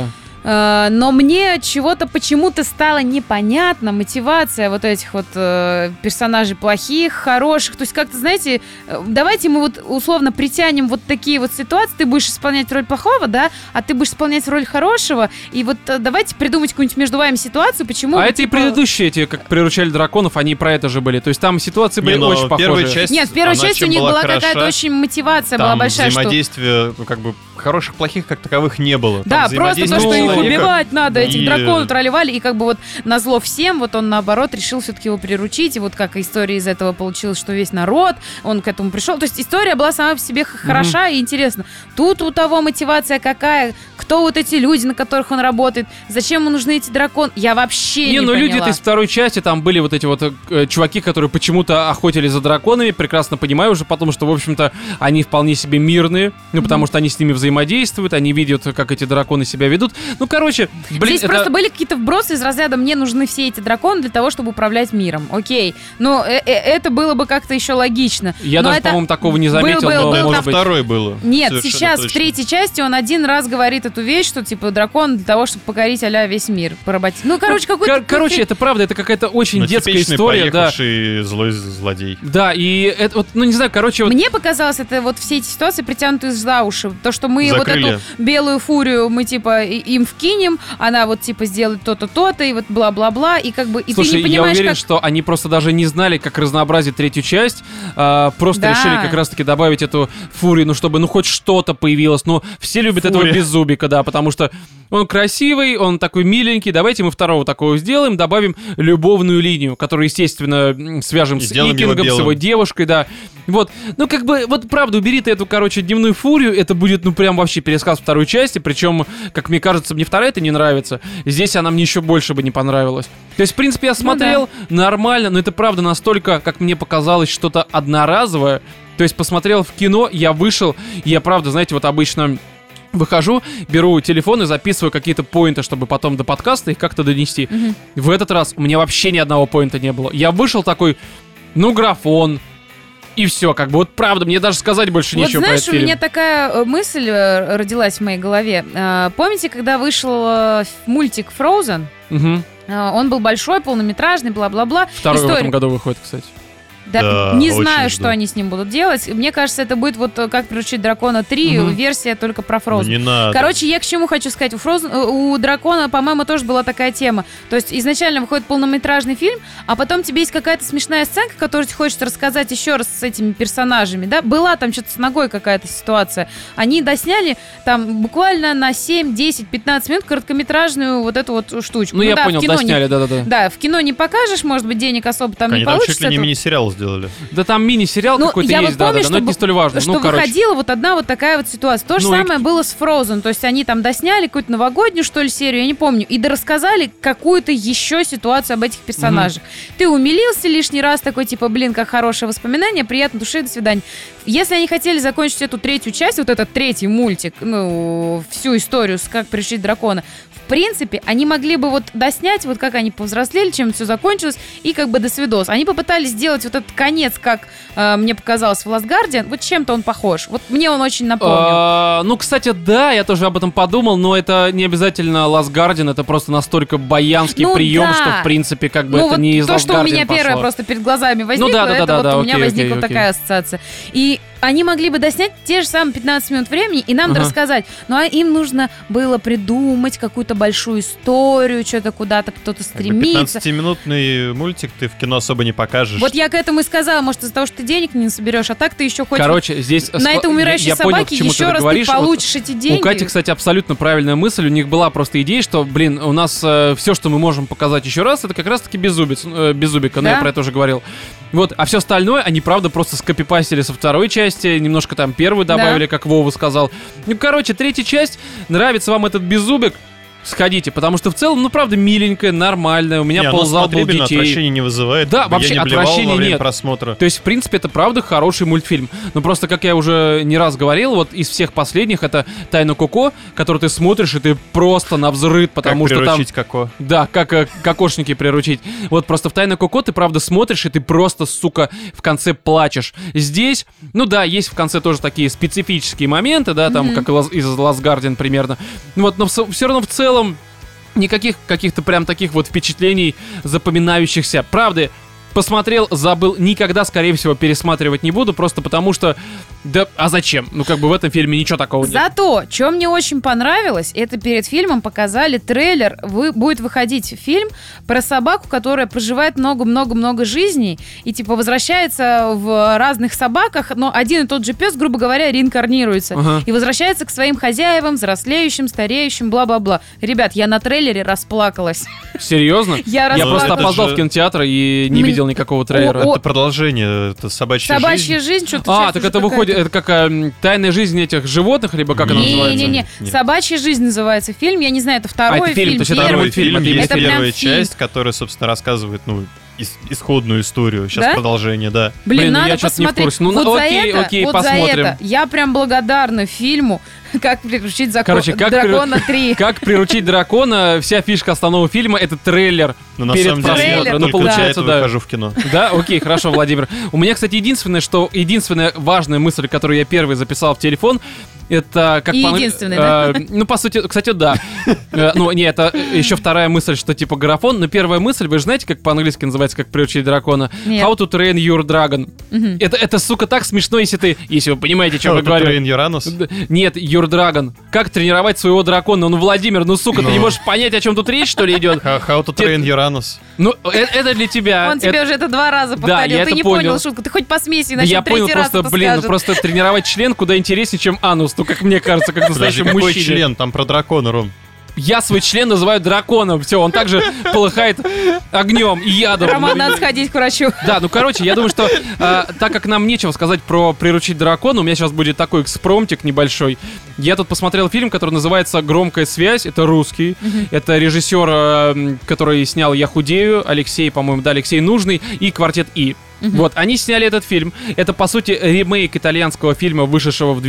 Но мне чего-то почему-то стало непонятно мотивация вот этих вот персонажей плохих, хороших. То есть как-то, знаете, давайте мы вот условно притянем вот такие вот ситуации. Ты будешь исполнять роль плохого, да, а ты будешь исполнять роль хорошего. И вот давайте придумать какую-нибудь между вами ситуацию, почему... А это и предыдущие эти, как «Приручали драконов», они про это же были. То есть там ситуации были очень похожие. Нет, в первой части у них была какая-то очень мотивация, была большая, что... взаимодействие, как бы, хороших, плохих как таковых не было. Да, просто то, что их убивать надо, этих драконов тролливали, и как бы вот назло всем, вот он наоборот решил все-таки его приручить, и вот как история из этого получилась, что весь народ, он к этому пришел. То есть история была сама по себе хороша и интересна. Тут у того мотивация какая, кто вот эти люди, на которых он работает, зачем ему нужны эти драконы, я вообще не поняла. Люди-то из второй части, там были вот эти вот чуваки, которые почему-то охотились за драконами, прекрасно понимаю уже потом, что, в общем-то, они вполне себе мирные, ну, потому что они с ними взаимодействуют, они видят, как эти драконы себя ведут. Ну, короче, здесь просто были какие-то вбросы из разряда «мне нужны все эти драконы для того, чтобы управлять миром». Окей, но это было бы как-то еще логично. Я даже, по-моему, такого не заметил, но может быть... Второй было. Нет, сейчас в третьей части он один раз говорит эту вещь, что, типа, дракон для того, чтобы покорить а-ля весь мир, поработить. Ну, короче, какой-то... Короче, это правда, это какая-то очень детская история, да. Злой злодей. Да, и это вот, ну, не знаю, короче... Вот... Мне показалось, это вот все эти ситуации притянуты за уши. То, что мы закрыли. Вот эту белую фурию, мы, типа, им вкинем, она вот, типа, сделает то-то, то-то, и вот бла-бла-бла, и как бы... И слушай, ты не понимаешь, я уверен, что они просто даже не знали, как разнообразить третью часть, просто решили как раз-таки добавить эту фурию, ну, чтобы, ну, хоть что-то появилось. Ну, все любят этого Беззубика, да, потому что он красивый, он такой миленький, давайте мы второго такого сделаем, добавим любовную линию, которую, естественно, свяжем с Икингом, с его девушкой, да. Вот, ну, как бы, вот, правда, убери ты эту, короче, дневную фурию, это будет, ну, прям вообще пересказ второй части, причем, как мне кажется, мне вторая это не нравится, здесь она мне еще больше бы не понравилась. То есть, в принципе, я смотрел нормально, но это, правда, настолько, как мне показалось, что-то одноразовое. То есть, посмотрел в кино, я вышел, и я, правда, знаете, вот обычно... Выхожу, беру телефон и записываю какие-то поинты, чтобы потом до подкаста их как-то донести. В этот раз у меня вообще ни одного поинта не было. Я вышел такой, ну, графон, и все, как бы, вот правда, мне даже сказать больше нечего про этот фильм. Вот знаешь, у меня такая мысль родилась в моей голове. Помните, когда вышел мультик Frozen? Он был большой, полнометражный, бла-бла-бла. Второй в этом году выходит, кстати. Да, не знаю, что они с ним будут делать. Мне кажется, это будет вот «Как приручить дракона 3», версия только про Frozen. Ну, не надо. Короче, я к чему хочу сказать. У дракона, по-моему, тоже была такая тема. То есть изначально выходит полнометражный фильм, а потом тебе есть какая-то смешная сценка, которую тебе хочется рассказать еще раз с этими персонажами. Да? Была там что-то с ногой какая-то ситуация. Они досняли там буквально на 7, 10, 15 минут короткометражную вот эту вот штучку. Ну, я понял, досняли, да-да-да. Да, в кино не покажешь, может быть, денег особо там не получится. Они там чуть ли не мини-сериал сделали. Да там мини-сериал какой-то есть, да, но это не столь важно. Что выходила вот одна вот такая вот ситуация. То же самое было с Frozen. То есть они там досняли какую-то новогоднюю, что ли, серию, я не помню, и дорассказали какую-то еще ситуацию об этих персонажах. Ты умилился лишний раз, такой типа, блин, как хорошее воспоминание, приятно душе, до свидания. Если они хотели закончить эту третью часть, вот этот третий мультик, ну, всю историю с «Как приручить дракона», в принципе, они могли бы вот доснять, вот как они повзрослели, чем все закончилось, и как бы до свидос. Они попытались сделать вот этот конец, как мне показалось в Last Guardian, вот чем-то он похож. Вот мне он очень напомнил. Ну, кстати, да, я тоже об этом подумал, но это не обязательно Last Guardian, это просто настолько баянский прием, что, в принципе, как бы это вот не из Last Guardian то, что у меня первое просто перед глазами возникло, у меня возникла такая ассоциация. И они могли бы доснять те же самые 15 минут времени и нам рассказать. Ну, а им нужно было придумать какую-то большую историю, что-то куда-то кто-то стремится. 15-минутный мультик ты в кино особо не покажешь. Вот я к этому и сказала, может, из-за того, что ты денег не соберешь, а так ты еще хочешь... Короче, здесь... На этой умирающей собаке еще раз ты получишь эти деньги. У Кати, кстати, абсолютно правильная мысль. У них была просто идея, что, блин, у нас все, что мы можем показать еще раз, это как раз-таки Беззубика, но я про это уже говорил. Вот, а все остальное, они, правда, просто скопипастили со второй части, немножко там первую добавили, как Вова сказал. Ну, короче, третья часть, нравится вам этот Беззубик, сходите, потому что в целом, ну, правда, миленькая, нормальная, у меня ползал был детей. Отвращения не вызывает. Да, вообще я не блевал отвращения во время нет. просмотра. То есть, в принципе, это правда хороший мультфильм. Но просто, как я уже не раз говорил, вот из всех последних это «Тайна Коко», который ты смотришь, и ты просто навзрыд, потому что там... приручить Коко. Да, как кокошники приручить. Вот просто в «Тайна Коко» ты, правда, смотришь, и ты просто, сука, в конце плачешь. Здесь, ну да, есть в конце тоже такие специфические моменты, да, там, как из «Last Guardian» примерно. Вот, но все равно в целом никаких каких-то прям таких вот впечатлений запоминающихся. Правда, посмотрел, забыл, никогда, скорее всего, пересматривать не буду, просто потому что, да, а зачем? Ну, как бы в этом фильме ничего такого нет. Зато, что мне очень понравилось, это перед фильмом показали трейлер, будет выходить фильм про собаку, которая проживает много-много-много жизней, и, типа, возвращается в разных собаках, но один и тот же пес, грубо говоря, реинкарнируется, и возвращается к своим хозяевам, взрослеющим, стареющим, бла-бла-бла. Ребят, я на трейлере расплакалась. Серьезно? Я просто опоздал в кинотеатр и не видел никакого трейлера. Это продолжение, это «Собачья жизнь». Что-то. Так это выходит, это как «Тайная жизнь этих животных», либо как она называется? Не-не-не, «Собачья жизнь» называется фильм, я не знаю, это второй это фильм, фильм. то есть это Второй фильм, есть это первая фильм. часть, которая, собственно, рассказывает, исходную историю. Сейчас продолжение, да. Блин, ну надо я что-то не в посмотреть. курсе. Ну, вот окей, вот посмотрим. за это я прям благодарна фильму «Как приручить дракона 3». Как приручить дракона, вся фишка основного фильма — это трейлер перед просмотром. Ну, получается, да. Хожу в кино. Да, окей, хорошо, Владимир. У меня, кстати, единственная важная мысль, которую я первый записал в телефон, это как единственный, да? Ну, по сути, кстати, да. Ну, не, это еще вторая мысль, что типа графон. Но первая мысль, вы же знаете, как по-английски называется, как приручить дракона? Нет. How to train your dragon. Это, сука, так смешно, если вы понимаете, о чем я говорю. How to train Uranus? Нет, your dragon. Как тренировать своего дракона? Ну, Владимир, сука, ты не можешь понять, о чем тут речь, что ли, идет? How to train Uranus? Ну, это для тебя. Он тебе уже это 2 раза повторил. Ты не понял шутку. Ты хоть посмейся, иначе я понял, 3-й раз просто, это блин, скажет. просто тренировать член куда интереснее, чем анус. Ну, как мне кажется, как настоящему Какой мужчине. член? Там про дракона, Ром. Я свой член называю драконом. Все, он также полыхает огнем и ядом. Роман, надо сходить к врачу. Да, я думаю, что так как нам нечего сказать про «Приручить дракона», у меня сейчас будет такой экспромтик небольшой. Я тут посмотрел фильм, который называется «Громкая связь». Это русский. Это режиссер, который снял «Я худею», Алексей Нужный и «Квартет И». Вот, они сняли этот фильм. Это, по сути, ремейк итальянского фильма, вышедшего в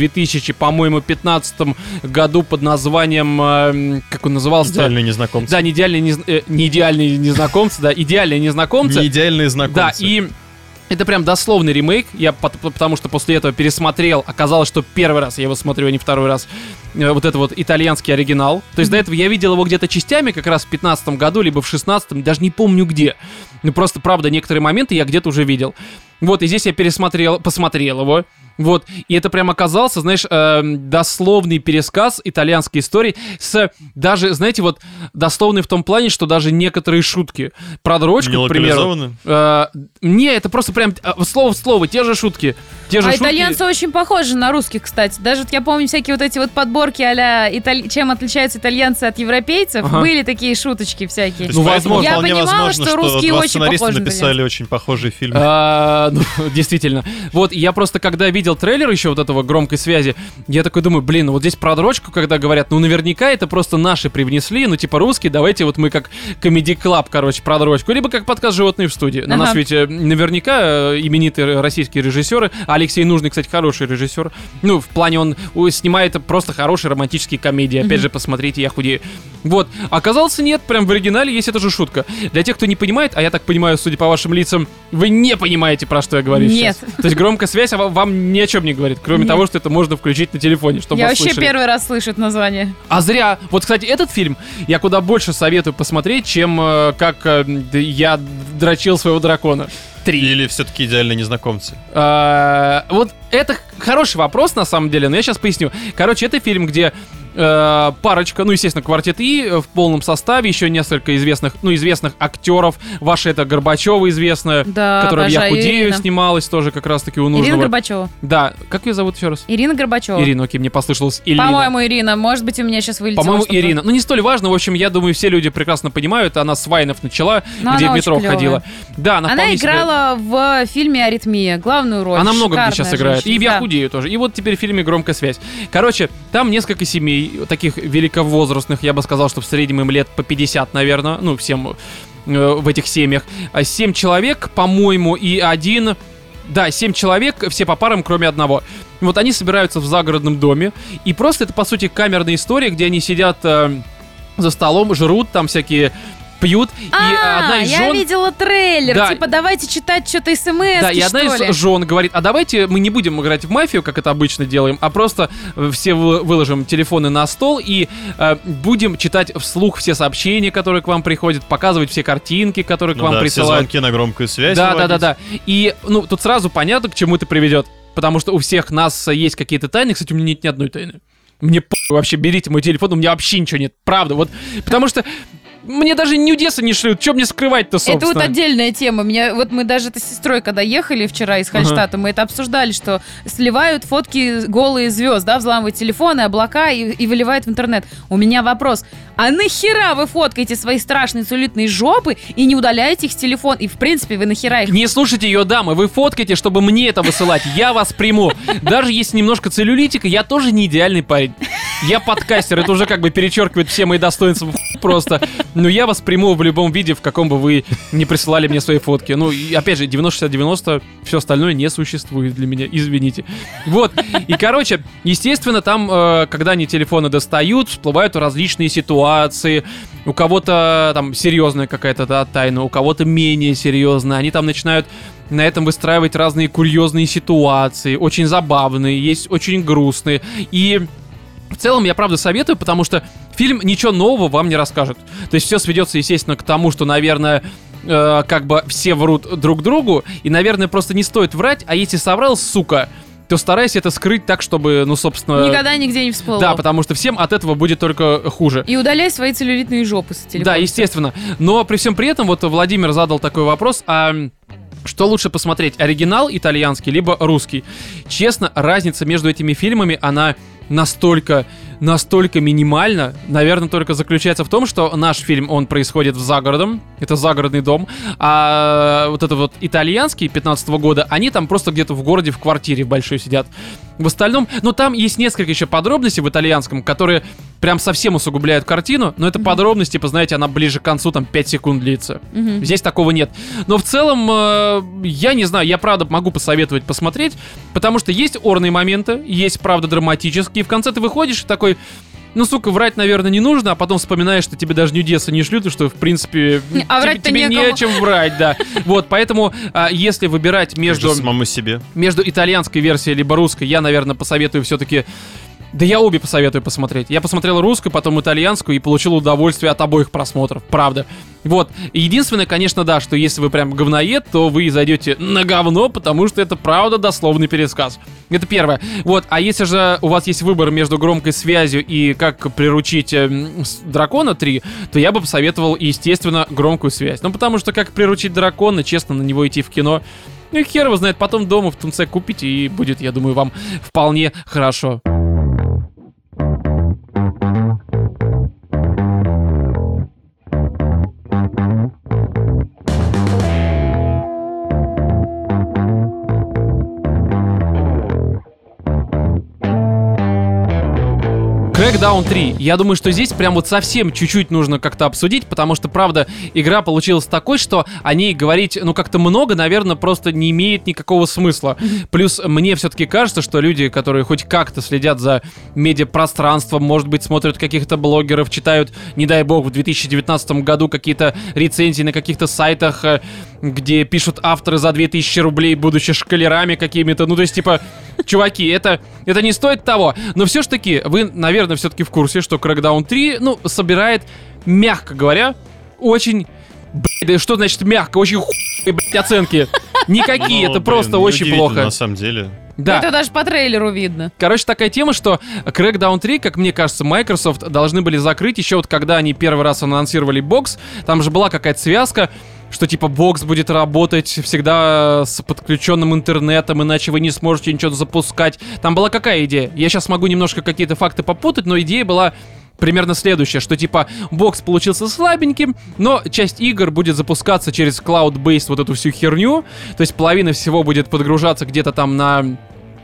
2015 году под названием, как он назывался? «Идеальные незнакомцы». Да, не идеальные незнакомцы, да, идеальные незнакомцы. Не идеальные знакомцы. Да, и это прям дословный ремейк. Я потому что после этого пересмотрел. Оказалось, что первый раз я его смотрю, а не второй раз. Вот это вот итальянский оригинал. То есть до этого я видел его где-то частями, как раз в 15 году, либо в 16-м, даже не помню где. Ну просто, правда, некоторые моменты я где-то уже видел. Вот, и здесь я посмотрел его. Вот, и это прям оказался, знаешь, дословный пересказ итальянской истории с даже, знаете, вот дословный в том плане, что даже некоторые шутки про дрочку, к примеру. Не, это просто прям слово в слово, те же шутки. Итальянцы очень похожи на русских, кстати. Даже я помню всякие вот эти вот подборки а-ля чем отличаются итальянцы от европейцев. Были такие шуточки всякие. Ну, возможно, я вполне понимала, возможно, что русские два очень сценариста похожи на написали очень похожие фильмы. Действительно. Вот, я просто, когда видел трейлер еще вот этого «Громкой связи», я такой думаю, блин, вот здесь про дрочку, когда говорят, наверняка это просто наши привнесли, типа русские, давайте вот мы как Comedy Club, про дрочку, либо как подкаст «Животные в студии». На нас ведь наверняка именитые российские режиссеры. Алексей Нужный, кстати, хороший режиссер. Ну, в плане он снимает просто хорошие романтические комедии. Опять же, посмотрите, «Я худею». Вот. Оказалось, нет, прям в оригинале есть эта же шутка. Для тех, кто не понимает, а я так понимаю, судя по вашим лицам, вы не понимаете, про что я говорю сейчас. Нет. То есть «Громкая связь» вам ни о чем не говорит, кроме того, что это можно включить на телефоне, чтобы я вас слышали. вообще первый раз слышу это название. А зря. Вот, кстати, этот фильм я куда больше советую посмотреть, чем как я дрочил своего дракона. 3. Или все-таки «Идеальные незнакомцы»? Вот это хороший вопрос, на самом деле, но я сейчас поясню. Короче, это фильм, где парочка, естественно, «Квартет И» в полном составе, еще несколько известных актеров. Ваша это Горбачева известная, да, которая в «Я худею» Ирина. Снималась тоже как раз-таки у Нужного. Ирина Горбачева. Да, как ее зовут еще раз? Ирина Горбачева. Ирина, окей, мне послышалось Ирина. По-моему, Ирина, может быть, у меня сейчас вылетело. По-моему, что-то. Ирина. Не столь важно, в общем, я думаю, все люди прекрасно понимают, она с Вайнов начала, где в метро ходила. Да, она играла в фильме «Аритмия» главную роль. Она много где сейчас играет. Женщина. И в «Я худею» тоже. И вот теперь в фильме «Громкая связь». Короче, там несколько семей, таких великовозрастных, я бы сказал, что в среднем им лет по 50, наверное, ну, всем в этих семьях. 7 человек, по-моему, и один... Да, 7 человек, все по парам, кроме одного. Вот они собираются в загородном доме, и просто это, по сути, камерная история, где они сидят за столом, жрут, там всякие... пьют, и одна из жен... я видела трейлер, да. Типа, давайте читать что-то смс-ки, да, и одна из жен говорит, а давайте мы не будем играть в мафию, как это обычно делаем, а просто все выложим телефоны на стол и будем читать вслух все сообщения, которые к вам приходят, показывать все картинки, которые к вам присылают. Все звонки на громкую связь. Да. И, ну, тут сразу понятно, к чему это приведет, потому что у всех нас есть какие-то тайны, кстати, у меня нет ни одной тайны. Мне вообще, берите мой телефон, у меня вообще ничего нет, правда, вот, потому что мне даже нюдесы не шлют, что мне скрывать-то, собственно? Это вот отдельная тема. Вот мы даже с сестрой, когда ехали вчера из Хальштата, мы это обсуждали, что сливают фотки голые звезд, да, взламывают телефоны, облака и выливают в интернет. У меня вопрос, а нахера вы фоткаете свои страшные целлюлитные жопы и не удаляете их с телефона? И в принципе вы нахера их... Не слушайте ее, дамы, вы фоткаете, чтобы мне это высылать, я вас приму. Даже если немножко целлюлитика, я тоже не идеальный парень. Я подкастер, это уже как бы перечеркивает все мои достоинства просто. Но я вас приму в любом виде, в каком бы вы не присылали мне свои фотки. Ну, и опять же, 90-60-90, все остальное не существует для меня, извините. Вот, и, короче, естественно, там, когда они телефоны достают, всплывают различные ситуации. У кого-то там серьезная какая-то, да, тайна, у кого-то менее серьезная. Они там начинают на этом выстраивать разные курьезные ситуации, очень забавные, есть очень грустные. И... в целом, я правда советую, потому что фильм ничего нового вам не расскажет. То есть все сведется, естественно, к тому, что, наверное, как бы все врут друг другу, и, наверное, просто не стоит врать, а если соврал, сука, то старайся это скрыть так, чтобы, ну, собственно... никогда нигде не всплыло. Да, потому что всем от этого будет только хуже. И удаляй свои целлюлитные жопы с телефона. Да, естественно. Но при всем при этом, вот Владимир задал такой вопрос, а... что лучше посмотреть, оригинал итальянский, либо русский? Честно, разница между этими фильмами, она настолько минимальна, наверное, только заключается в том, что наш фильм, он происходит в загородном, это загородный дом, а вот это вот итальянский 15-го года, они там просто где-то в городе, в квартире в большой сидят. В остальном, ну там есть несколько еще подробностей в итальянском, которые прям совсем усугубляют картину, но это подробность, типа, знаете, она ближе к концу, там 5 секунд длится. Здесь такого нет. Но в целом, я не знаю, я правда могу посоветовать посмотреть, потому что есть орные моменты, есть, правда, драматические, и в конце ты выходишь и такой... ну, сука, врать, наверное, не нужно, а потом вспоминаешь, что тебе даже нюдесы не шлют, и что, в принципе, тебе не о чем врать, да. Вот, поэтому, если выбирать между... самому себе. Между итальянской версией либо русской, я, наверное, посоветую все-таки... Да я обе посоветую посмотреть. Я посмотрел русскую, потом итальянскую и получил удовольствие от обоих просмотров, правда. Вот. Единственное, конечно, да, что если вы прям говноед, то вы зайдете на говно, потому что это, правда, дословный пересказ. Это первое. Вот. А если же у вас есть выбор между громкой связью и как приручить дракона 3, то я бы посоветовал, естественно, громкую связь. Ну, потому что как приручить дракона, честно, на него идти в кино, ну, хер его знает, потом дома в Тунце купите, и будет, я думаю, вам вполне хорошо. Crackdown 3. Я думаю, что здесь прям вот совсем чуть-чуть нужно как-то обсудить, потому что, правда, игра получилась такой, что о ней говорить, ну, как-то много, наверное, просто не имеет никакого смысла. Плюс мне все-таки кажется, что люди, которые хоть как-то следят за медиапространством, может быть, смотрят каких-то блогеров, читают, не дай бог, в 2019 году какие-то рецензии на каких-то сайтах, где пишут авторы за 2000 рублей, будучи шкалерами какими-то. Ну, то есть, типа, чуваки, это не стоит того. Но все-таки вы, наверное, все-таки в курсе, что Crackdown 3, ну, собирает, мягко говоря, очень... да что значит мягко? Очень оценки. Никакие, это просто очень плохо. На самом деле. Да. Это даже по трейлеру видно. Короче, такая тема, что Crackdown 3, как мне кажется, Microsoft должны были закрыть еще вот когда они первый раз анонсировали бокс. Там же была какая-то связка, что типа бокс будет работать всегда с подключенным интернетом, иначе вы не сможете ничего запускать. Там была какая идея? Я сейчас могу немножко какие-то факты попутать, но идея была примерно следующее, что типа бокс получился слабеньким, но часть игр будет запускаться через cloud-based вот эту всю херню, то есть половина всего будет подгружаться где-то там на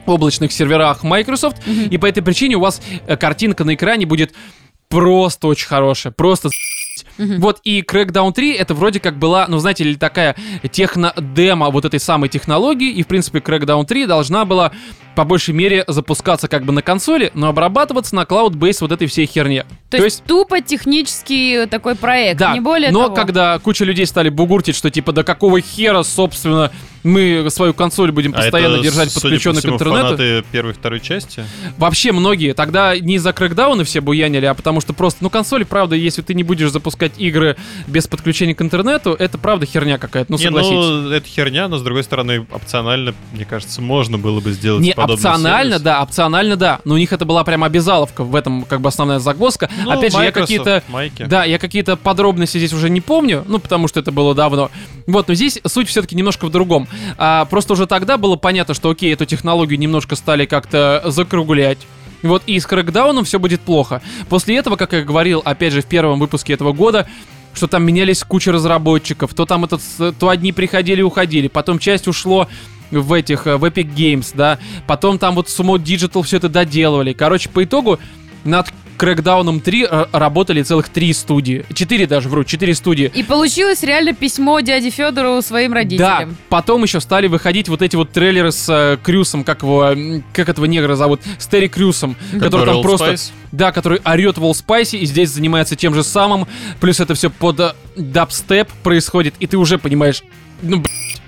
облачных серверах Microsoft, и по этой причине у вас картинка на экране будет просто очень хорошая, просто Вот, и Crackdown 3 это вроде как была, ну, знаете ли, такая техно-демо вот этой самой технологии, и, в принципе, Crackdown 3 должна была по большей мере запускаться как бы на консоли, но обрабатываться на Cloud-Base вот этой всей херне. То есть тупо технический такой проект, да, не более но того. когда куча людей стали бугуртить, что типа, да какого хера, собственно, мы свою консоль будем постоянно держать подключенной к интернету. Фанаты первой и второй части? Вообще многие. Тогда не из-за Crackdown все буянили, а потому что просто, ну, консоли, правда, если ты не будешь запускать игры без подключения к интернету, это правда херня какая-то, ну, согласитесь. Ну, это херня, но, с другой стороны, опционально, мне кажется, можно было бы сделать не подобный опционально, сервис. да, опционально, да, но у них это была прям обязаловка, в этом как бы основная загвоздка. Ну, опять же, Microsoft, я какие-то подробности здесь уже не помню, ну, потому что это было давно. Вот, но здесь суть все-таки немножко в другом. Просто уже тогда было понятно, что окей, эту технологию немножко стали как-то закруглять. Вот, и с Crackdown все будет плохо. После этого, как я говорил, опять же, в первом выпуске этого года, что там менялись куча разработчиков, то одни приходили и уходили, потом часть ушло в Epic Games, да, потом там вот Sumo Digital все это доделывали. Короче, по итогу над Crackdown 3 работали целых 3 студии. 4 даже, 4 студии. И получилось реально письмо дяде Федору своим родителям. Да, потом еще стали выходить вот эти вот трейлеры с Крюсом, как этого негра зовут, с Терри Крюсом, который там просто... Да, который орет в Allspice и здесь занимается тем же самым. Плюс это все под дабстеп происходит, и ты уже понимаешь, ну,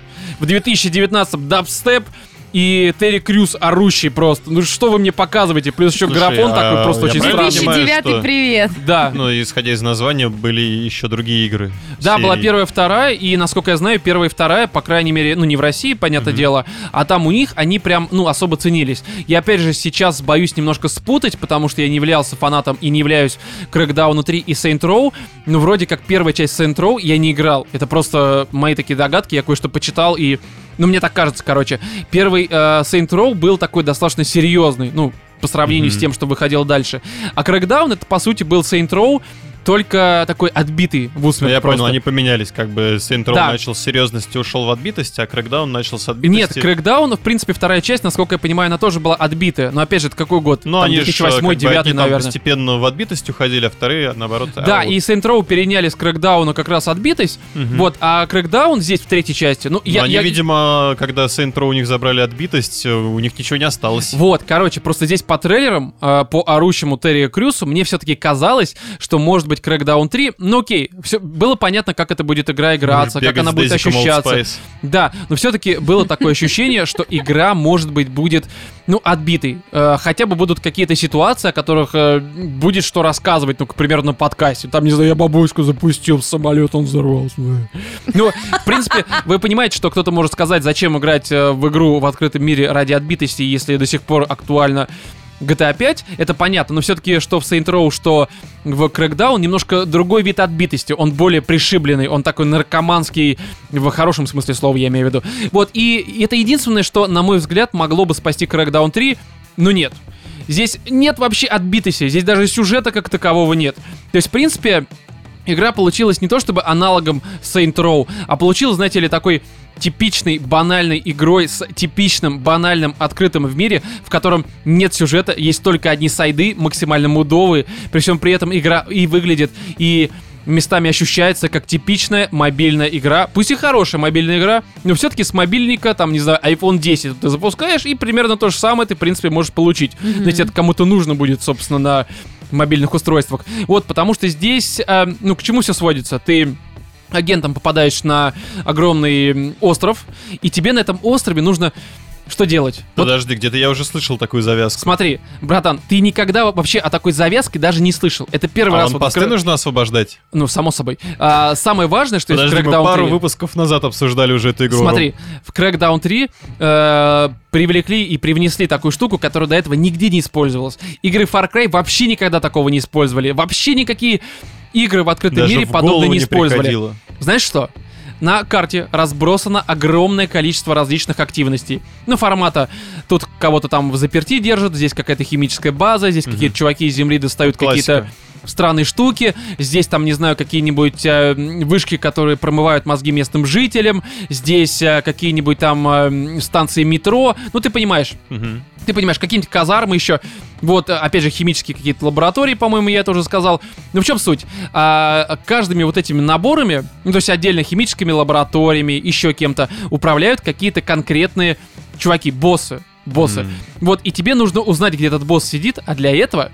в 2019-м дабстеп и Терри Крюс орущий просто. Ну что вы мне показываете? Плюс еще графон такой просто очень странный. 2009 привет. Да. Ну, исходя из названия, были еще другие игры. Да, была первая, вторая, и, насколько я знаю, первая и вторая, по крайней мере, ну, не в России, понятное дело, а там у них они прям, ну, особо ценились. Я, опять же, сейчас боюсь немножко спутать, потому что я не являлся фанатом и не являюсь Crackdown 3 и Saints Row, но вроде как первая часть Saints Row я не играл. Это просто мои такие догадки, я кое-что почитал и... Ну, мне так кажется, короче. Первый Saints Row был такой достаточно серьезный, ну, по сравнению с тем, что выходил дальше. А Crackdown, это, по сути, был Saints Row, только такой отбитый в усмерть. Я просто. понял, они поменялись, как бы Saints Row начал с серьезности, ушел в отбитость, а Crackdown начал с отбитости. Нет, Crackdown, в принципе, вторая часть, насколько я понимаю, она тоже была отбитая. Но опять же, это какой год? Ну, они 2008-2009, наверное. Постепенно в отбитость уходили, а вторые, наоборот... Да, и Saints Row переняли с Crackdown как раз отбитость. Вот, а Crackdown здесь в третьей части... Ну, видимо, когда Saints Row у них забрали отбитость, у них ничего не осталось. Вот, короче, просто здесь по трейлерам, по орущему Терри Крюсу, мне все-таки казалось, что может быть Crackdown 3. Ну окей, все, было понятно, как это будет играться, как она будет ощущаться. Да, но все-таки было такое ощущение, что игра, может быть, будет, ну, отбитой. Хотя бы будут какие-то ситуации, о которых будет что рассказывать, ну, к примеру, на подкасте. Там, не знаю, я бабушку запустил в самолет, он взорвался. Ну, в принципе, вы понимаете, что кто-то может сказать, зачем играть в игру в открытом мире ради отбитости, если до сих пор актуально GTA 5, это понятно, но все-таки что в Saints Row, что в Crackdown немножко другой вид отбитости, он более пришибленный, он такой наркоманский, в хорошем смысле слова я имею в виду. Вот, и это единственное, что, на мой взгляд, могло бы спасти Crackdown 3, но нет. Здесь нет вообще отбитости, здесь даже сюжета как такового нет. То есть, в принципе, игра получилась не то чтобы аналогом Saints Row, а получилась, знаете ли, такой типичной банальной игрой с типичным банальным открытым в мире, в котором нет сюжета, есть только одни сайды, максимально мудовые, при всем при этом игра и выглядит, и местами ощущается как типичная мобильная игра, пусть и хорошая мобильная игра, но все-таки с мобильника, там, не знаю, iPhone 10 ты запускаешь, и примерно то же самое ты, в принципе, можешь получить. Если это кому-то нужно будет, собственно, на мобильных устройствах. Вот, потому что здесь, ну, к чему все сводится? Ты агентом попадаешь на огромный остров, и тебе на этом острове нужно что делать? Подожди, где-то я уже слышал такую завязку. Смотри, братан, ты никогда вообще о такой завязке даже не слышал. Это первый раз. Посты нужно освобождать? Ну, само собой. Самое важное, что есть в Crackdown 3... мы пару выпусков назад обсуждали уже эту игру. Смотри, в Crackdown 3 привлекли и привнесли такую штуку, которая до этого нигде не использовалась. Игры Far Cry вообще никогда такого не использовали. Вообще никакие игры в открытом даже мире в подобное не использовали. Приходило. Знаешь что? На карте разбросано огромное количество различных активностей. Ну, формата, тут кого-то там в заперти держат, здесь какая-то химическая база, здесь какие-то чуваки из земли достают какие-то странные штуки. Здесь там, не знаю, какие-нибудь вышки, которые промывают мозги местным жителям. Здесь какие-нибудь там станции метро. Ну, ты понимаешь. Ты понимаешь, какие-нибудь казармы еще. Вот, опять же, химические какие-то лаборатории, по-моему, я это уже сказал. Ну, в чем суть? Каждыми вот этими наборами, ну, то есть отдельно химическими лабораториями, еще кем-то, управляют какие-то конкретные чуваки, боссы. Вот, и тебе нужно узнать, где этот босс сидит, а для этого,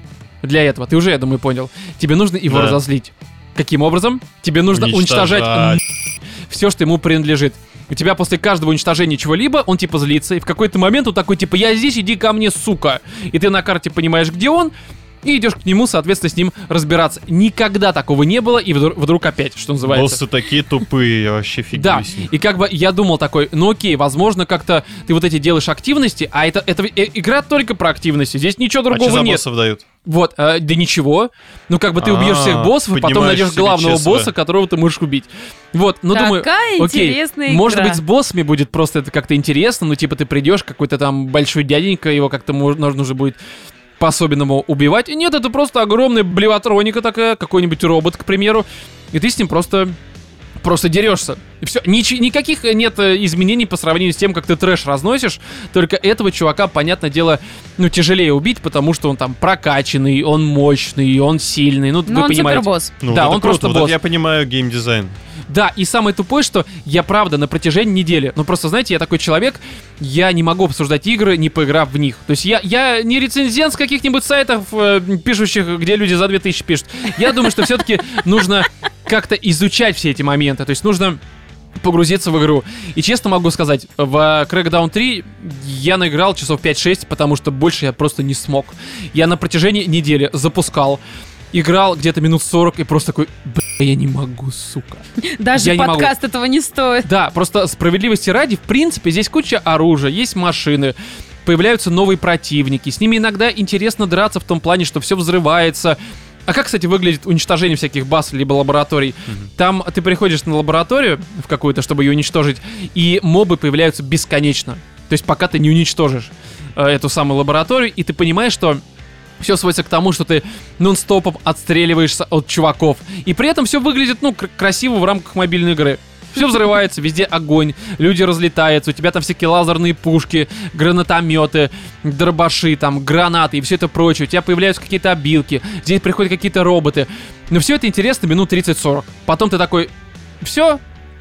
ты уже, я думаю, понял, тебе нужно его разозлить. Каким образом? Тебе нужно уничтожать все, что ему принадлежит. У тебя после каждого уничтожения чего-либо, он типа злится, и в какой-то момент он такой, типа, я здесь, иди ко мне, сука. И ты на карте понимаешь, где он, и идешь к нему, соответственно, с ним разбираться. Никогда такого не было, и вдруг опять, что называется. Боссы такие тупые, вообще фиг. Да, и как бы я думал такой, ну окей, возможно, как-то ты вот эти делаешь активности, а это игра только про активности, здесь ничего другого что за нет. боссов дают? Вот, да ничего. Ну, как бы ты убьешь всех боссов, и потом найдешь главного босса, которого ты можешь убить. Вот, ну думаю, окей, может быть, с боссами будет просто это как-то интересно, ну, типа, ты придешь, какой-то там большой дяденька, его как-то нужно уже будет по-особенному убивать. И нет, это просто огромная блевотроника такая, какой-нибудь робот, к примеру, и ты с ним просто дерешься. И все. Никаких нет изменений по сравнению с тем, как ты трэш разносишь. Только этого чувака, понятное дело, ну, тяжелее убить, потому что он там прокачанный, он мощный, он сильный. Ну, вы он понимаете. Супербосс. Ну, да, вот он просто вот босс. Я понимаю геймдизайн. Да, и самое тупое, что я, правда, на протяжении недели, ну, просто, знаете, я такой человек, я не могу обсуждать игры, не поиграв в них. То есть я не рецензент с каких-нибудь сайтов, пишущих, где люди за 2000 пишут. Я думаю, что все-таки нужно как-то изучать все эти моменты. То есть нужно погрузиться в игру. И честно могу сказать, в Crackdown 3 я наиграл часов 5-6, потому что больше я просто не смог. Я на протяжении недели запускал, играл где-то минут 40 и просто такой, я не могу, сука. Даже подкаст этого не стоит. Да, просто справедливости ради, в принципе, здесь куча оружия, есть машины, появляются новые противники, с ними иногда интересно драться в том плане, что все взрывается. А как, кстати, выглядит уничтожение всяких баз либо лабораторий? Там ты приходишь на лабораторию в какую-то, чтобы ее уничтожить, и мобы появляются бесконечно. То есть пока ты не уничтожишь эту самую лабораторию, и ты понимаешь, что все сводится к тому, что ты нон-стопом отстреливаешься от чуваков. И при этом все выглядит, ну, красиво в рамках мобильной игры. Все взрывается, везде огонь, люди разлетаются, у тебя там всякие лазерные пушки, гранатометы, дробаши, там, гранаты и все это прочее. У тебя появляются какие-то обилки, здесь приходят какие-то роботы. Но все это интересно минут 30-40. Потом ты такой, все,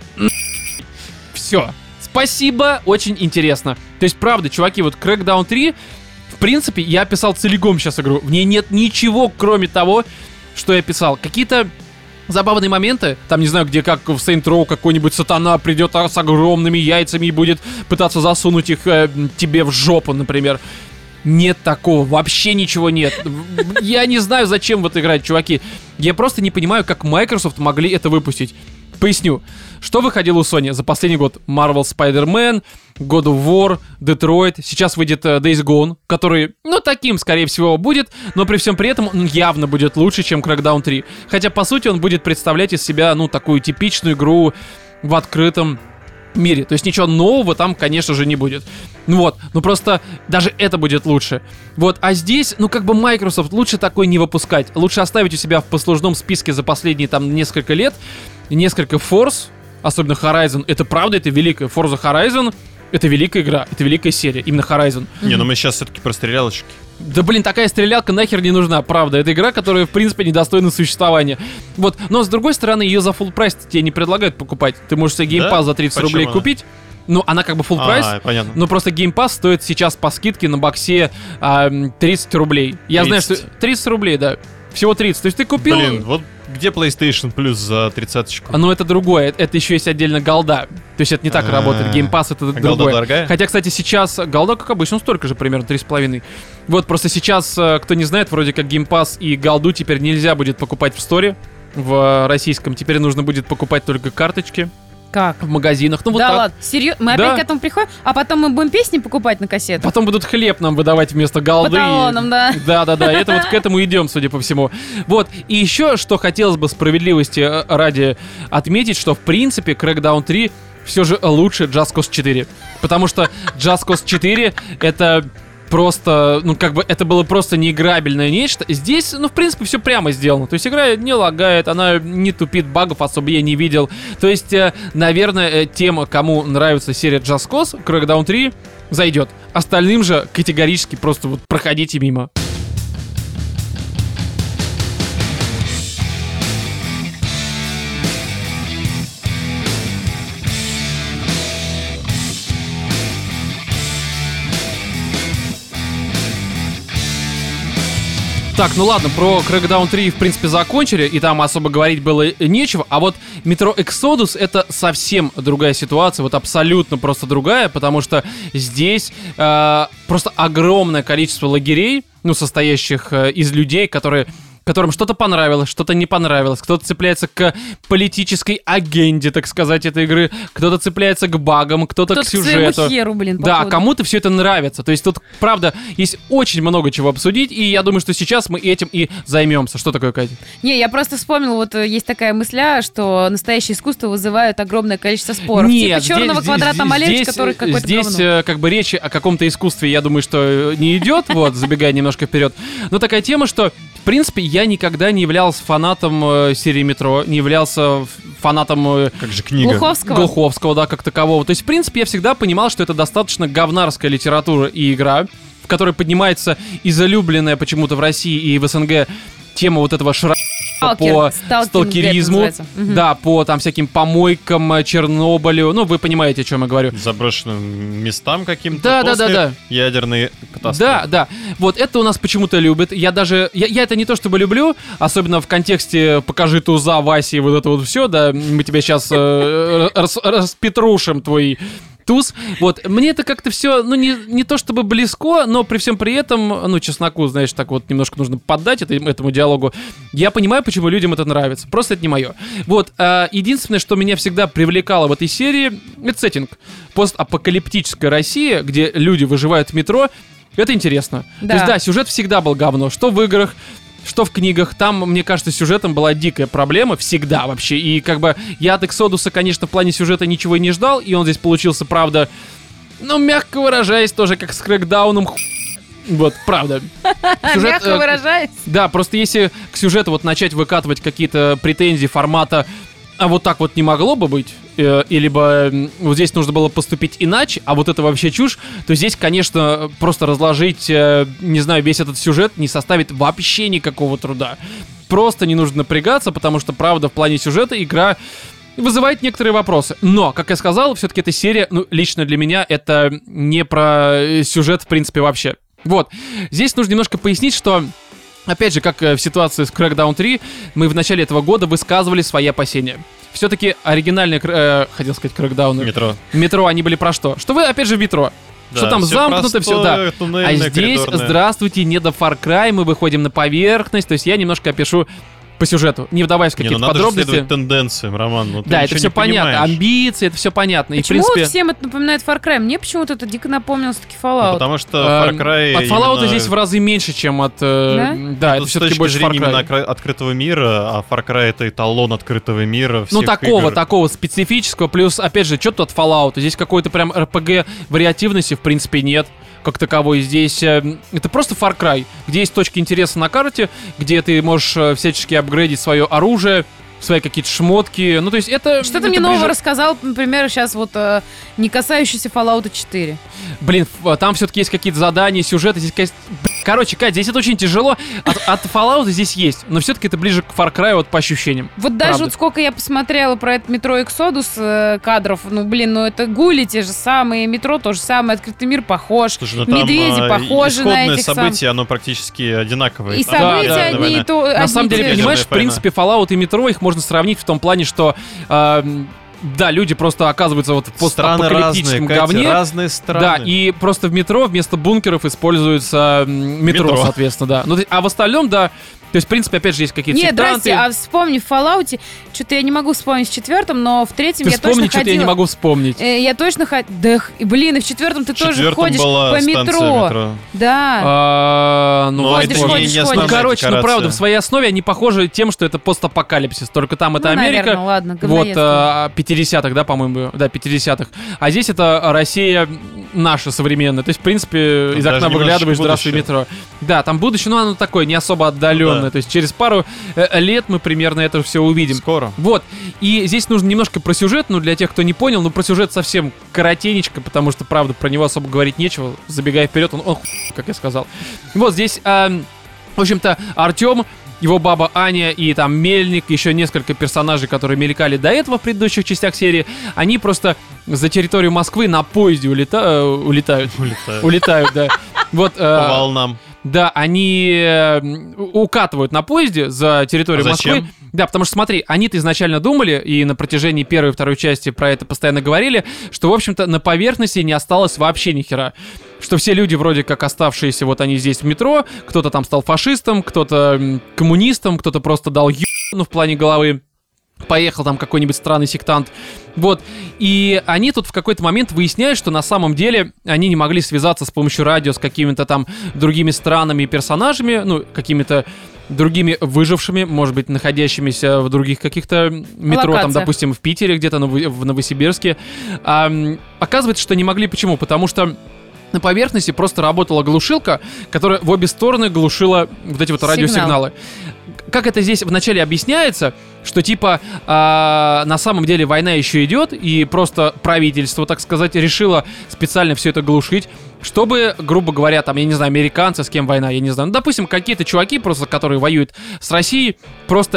спасибо, очень интересно. То есть, правда, чуваки, вот Crackdown 3, в принципе, я описал целиком сейчас игру. В ней нет ничего, кроме того, что я писал. Какие-то забавные моменты, там, не знаю, где как в Saints Row какой-нибудь сатана придет с огромными яйцами и будет пытаться засунуть их тебе в жопу, например. Нет такого, вообще ничего нет. Я не знаю, зачем в это играть, чуваки. Я просто не понимаю, как Microsoft могли это выпустить. Поясню. Что выходило у Sony за последний год? Marvel Spider-Man, God of War, Detroit. Сейчас выйдет Days Gone, который, ну, таким, скорее всего, будет, но при всем при этом он явно будет лучше, чем Crackdown 3. Хотя, по сути, он будет представлять из себя, ну, такую типичную игру в открытом мире. То есть ничего нового там, конечно же, не будет. Ну вот, ну просто даже это будет лучше. Вот, а здесь, ну как бы Microsoft лучше такой не выпускать. Лучше оставить у себя в послужном списке за последние там несколько лет несколько Forza, особенно Horizon. Это правда, это великая Forza Horizon. Это великая игра, это великая серия, именно Horizon. Не, ну мы сейчас все-таки про стрелялочки. Да блин, такая стрелялка нахер не нужна, правда. Это игра, которая, в принципе, недостойна существования. Вот, но с другой стороны, ее за full прайс тебе не предлагают покупать. Ты можешь себе Game Pass за 30 рублей купить. Ну, она как бы full прайс, понятно. Но просто Game Pass стоит сейчас по скидке на боксе 30 рублей. Я 30. Знаю, что 30 рублей, да. Всего 30. То есть ты купил... Блин, вот где PlayStation Plus за 30-очку? Ну, это другое. Это еще есть отдельно голда. То есть это не так работает. Game Pass это другое. Голда дорогая? Хотя, кстати, сейчас голда, как обычно, столько же, примерно 3,5. Вот, просто сейчас, кто не знает, вроде как Game Pass и голду теперь нельзя будет покупать в сторе, в российском. Теперь нужно будет покупать только карточки. Как? В магазинах. Ну, вот да так. Ладно, серьезно? Мы опять к этому приходим? А потом мы будем песни покупать на кассету? Потом будут хлеб нам выдавать вместо голды. По талонам, да. Да. Это вот к этому идем, судя по всему. Вот. И еще, что хотелось бы справедливости ради отметить, что, в принципе, Crackdown 3 все же лучше Just Cause 4. Потому что Just Cause 4 это просто, ну, как бы это было просто неиграбельное нечто. Здесь, ну, в принципе, все прямо сделано. То есть игра не лагает, она не тупит, багов особо я не видел. То есть, наверное, тем, кому нравится серия Just Cause, Crackdown 3 зайдет. Остальным же категорически просто вот проходите мимо. Так, ну ладно, про Crackdown 3 в принципе закончили, и там особо говорить было нечего, а вот Metro Exodus это совсем другая ситуация, вот абсолютно просто другая, потому что здесь просто огромное количество лагерей, ну, состоящих из людей, которым что-то понравилось, что-то не понравилось. Кто-то цепляется к политической агенде, так сказать, этой игры. Кто-то цепляется к багам, кто-то к сюжету. К херу, блин, да, кому-то все это нравится. То есть тут, правда, есть очень много чего обсудить, и я думаю, что сейчас мы этим и займемся. Что такое, Катя? Не, я просто вспомнила, вот есть такая мысля, что настоящее искусство вызывает огромное количество споров. Нет, типа черного квадрата малевич, который какой-то здесь говно. Как бы речи о каком-то искусстве, я думаю, что не идет, вот, забегая немножко вперед. Но такая тема, что в принципе, я никогда не являлся фанатом серии «Метро», не являлся фанатом как же книга? Глуховского, да, как такового. То есть, в принципе, я всегда понимал, что это достаточно говнарская литература и игра, в которой поднимается изолюбленная почему-то в России и в СНГ тема вот этого по сталкеризму, да, по там всяким помойкам, Чернобылю, ну, вы понимаете, о чем я говорю. Заброшенным местам каким-то после ядерной катастрофы. Да, вот это у нас почему-то любят. Я это не то чтобы люблю, особенно в контексте «покажи туза, Васи» и вот это вот все, да, мы тебя сейчас распетрушим твой туз. Вот, мне это как-то все, ну, не то чтобы близко, но при всем при этом, ну, чесноку, знаешь, так вот немножко нужно поддать этому диалогу. Я понимаю, почему людям это нравится. Просто это не мое. Вот, единственное, что меня всегда привлекало в этой серии, это сеттинг. Постапокалиптическая Россия, где люди выживают в метро, это интересно. Да. То есть, да, сюжет всегда был говно. Что в играх, что в книгах, там, мне кажется, с сюжетом была дикая проблема, всегда вообще, и как бы я от Эксодуса, конечно, в плане сюжета ничего и не ждал, и он здесь получился, правда, ну, мягко выражаясь, тоже как с Крэкдауном, вот, правда. Мягко выражаясь? Да, просто если к сюжету вот начать выкатывать какие-то претензии формата «а вот так вот не могло бы быть», и либо вот здесь нужно было поступить иначе, а вот это вообще чушь, то здесь, конечно, просто разложить, не знаю, весь этот сюжет не составит вообще никакого труда. Просто не нужно напрягаться, потому что, правда, в плане сюжета игра вызывает некоторые вопросы. Но, как я сказал, все-таки эта серия, ну, лично для меня, это не про сюжет, в принципе, вообще. Вот. Здесь нужно немножко пояснить, что опять же, как в ситуации с Crackdown 3, мы в начале этого года высказывали свои опасения. Все-таки оригинальные, хотел сказать, Crackdown. Метро, они были про что? Что вы, опять же, в метро. Да, что там замкнуто, все, да. А здесь, здравствуйте, не до Far Cry, мы выходим на поверхность. То есть я немножко опишу по сюжету, не вдаваясь в какие-то подробности. Надо следовать тенденциям, Роман. Ну, да, это все понятно. Амбиции, это все понятно. Почему и, в принципе, всем это напоминает Far Cry? Мне почему-то это дико напомнилось таки Fallout. Ну, потому что Far Cry от Fallout именно... здесь в разы меньше, чем от... Да, это все-таки больше Far Cry. Именно открытого мира, а Far Cry это эталон открытого мира всех такого специфического. Плюс, опять же, что тут от Fallout? Здесь какой-то прям RPG вариативности, в принципе, нет. Как таковой. Здесь это просто Far Cry, где есть точки интереса на карте, где ты можешь всячески апгрейдить свое оружие, свои какие-то шмотки. Ну, то есть это... Что ты мне нового рассказал, например, сейчас вот не касающийся Fallout 4? Блин, там все-таки есть какие-то задания, сюжеты. Здесь, короче, Кать, здесь это очень тяжело. От Fallout здесь есть, но все-таки это ближе к Far Cry вот по ощущениям. Вот даже вот сколько я посмотрела про это Metro Exodus кадров, ну, блин, ну это гули те же самые, метро то же самое, открытый мир похож, слушай, медведи похожи на этих события, оно практически одинаковое. И события одни и то. На самом деле, понимаешь, в принципе, Fallout и метро, их можно сравнить в том плане, что... Да, люди просто оказываются вот в постапокалиптическом говне. Разные страны. Да, и просто в метро вместо бункеров используется метро, соответственно, да. Ну, а в остальном, да, то есть, в принципе, опять же, есть какие-то сектанты. Нет, здрасте, а вспомни, в Fallout, что-то я не могу вспомнить в 4-м, но в 3-м я точно ходила. Что-то я не могу вспомнить. Я точно ходила. Да, блин, и в 4-м ты тоже ходишь по метро. Да. Ну, короче, ну, правда, в своей основе они похожи тем, что это постапокалипсис. Только там это Америка. Наверное, ладно, вот, 50-х, да, по-моему, да, 50-х. А здесь это Россия наше современное. То есть, в принципе, Там из окна даже выглядываешь, немножечко здравствуй, метро. Да, там будущее, но оно такое, не особо отдаленное. Да. То есть, через пару лет мы примерно это все увидим. Скоро. Вот. И здесь нужно немножко про сюжет, ну, для тех, кто не понял, ну, про сюжет совсем коротенечко, потому что, правда, про него особо говорить нечего. Забегая вперед, он как я сказал. Вот здесь, в общем-то, Артем, его баба Аня и там Мельник, еще несколько персонажей, которые мелькали до этого в предыдущих частях серии, они просто за территорию Москвы на поезде улетают. Улетают, да. Вот, По волнам. да, они укатывают на поезде за территорию Москвы. Зачем? Да, потому что, смотри, они-то изначально думали, и на протяжении первой и второй части про это постоянно говорили, что, в общем-то, на поверхности не осталось вообще ни хера. Что все люди, вроде как оставшиеся, вот они здесь в метро, кто-то там стал фашистом, кто-то коммунистом, кто-то просто дал в плане головы. Поехал там какой-нибудь странный сектант. Вот. И они тут в какой-то момент выясняют, что на самом деле они не могли связаться с помощью радио с какими-то там другими странами и персонажами, ну, какими-то другими выжившими, может быть, находящимися в других каких-то метро, там, допустим, в Питере, где-то в Новосибирске. Оказывается, что не могли. Почему? Потому что на поверхности просто работала глушилка, которая в обе стороны глушила вот эти вот радиосигналы. Как это здесь вначале объясняется, что типа на самом деле война еще идет, и просто правительство, так сказать, решило специально все это глушить, чтобы, грубо говоря, там, я не знаю, американцы, с кем война, я не знаю, ну, допустим, какие-то чуваки просто, которые воюют с Россией, просто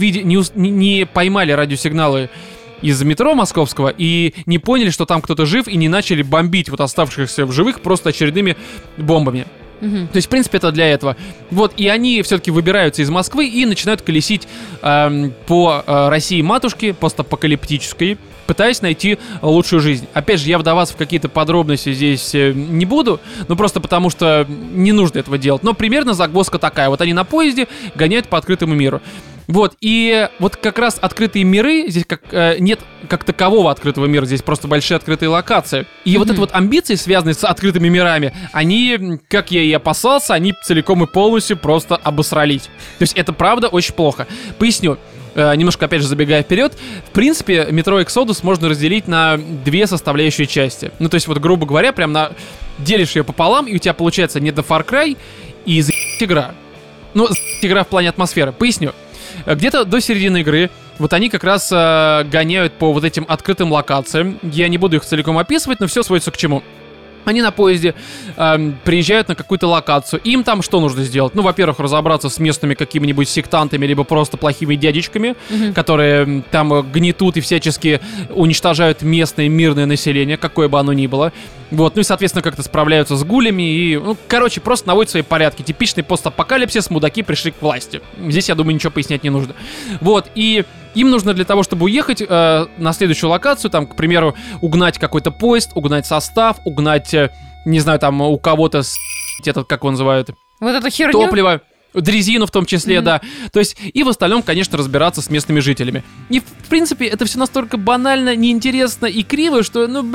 не поймали радиосигналы из метро московского и не поняли, что там кто-то жив, и не начали бомбить вот оставшихся в живых просто очередными бомбами. То есть, в принципе, это для этого. Вот, и они все-таки выбираются из Москвы и начинают колесить по России матушке, постапокалиптической, пытаясь найти лучшую жизнь. Опять же, я вдаваться в какие-то подробности здесь не буду, ну просто потому что не нужно этого делать. Но примерно загвоздка такая. Вот они на поезде гоняют по открытому миру. Вот, и вот как раз открытые миры, здесь нет как такового открытого мира, здесь просто большие открытые локации. И вот это вот амбиции, связанные с открытыми мирами, они, как я и опасался, они целиком и полностью просто обосрались. То есть это правда очень плохо. Поясню. Немножко, опять же, забегая вперед, в принципе, Metro Exodus можно разделить на две составляющие части. Ну, то есть, вот, грубо говоря, прям делишь ее пополам, и у тебя получается не до Far Cry и игра. Ну, игра в плане атмосферы. Поясню. Где-то до середины игры вот они как раз гоняют по вот этим открытым локациям. Я не буду их целиком описывать, но все сводится к чему. Они на поезде приезжают на какую-то локацию. Им там что нужно сделать? Ну, во-первых, разобраться с местными какими-нибудь сектантами, либо просто плохими дядечками, которые там гнетут и всячески уничтожают местное мирное население, какое бы оно ни было. Вот, ну и, соответственно, как-то справляются с гулями и, ну, короче, просто наводят свои порядки. Типичный постапокалипсис, мудаки пришли к власти. Здесь, я думаю, ничего пояснять не нужно. Вот, и им нужно для того, чтобы уехать на следующую локацию, там, к примеру, угнать какой-то поезд, угнать состав, угнать, не знаю, там, у кого-то этот, как его называют? Вот эту херню? Топливо. Дрезину в том числе, да. То есть, и в остальном, конечно, разбираться с местными жителями. И, в принципе, это все настолько банально, неинтересно и криво, что, ну,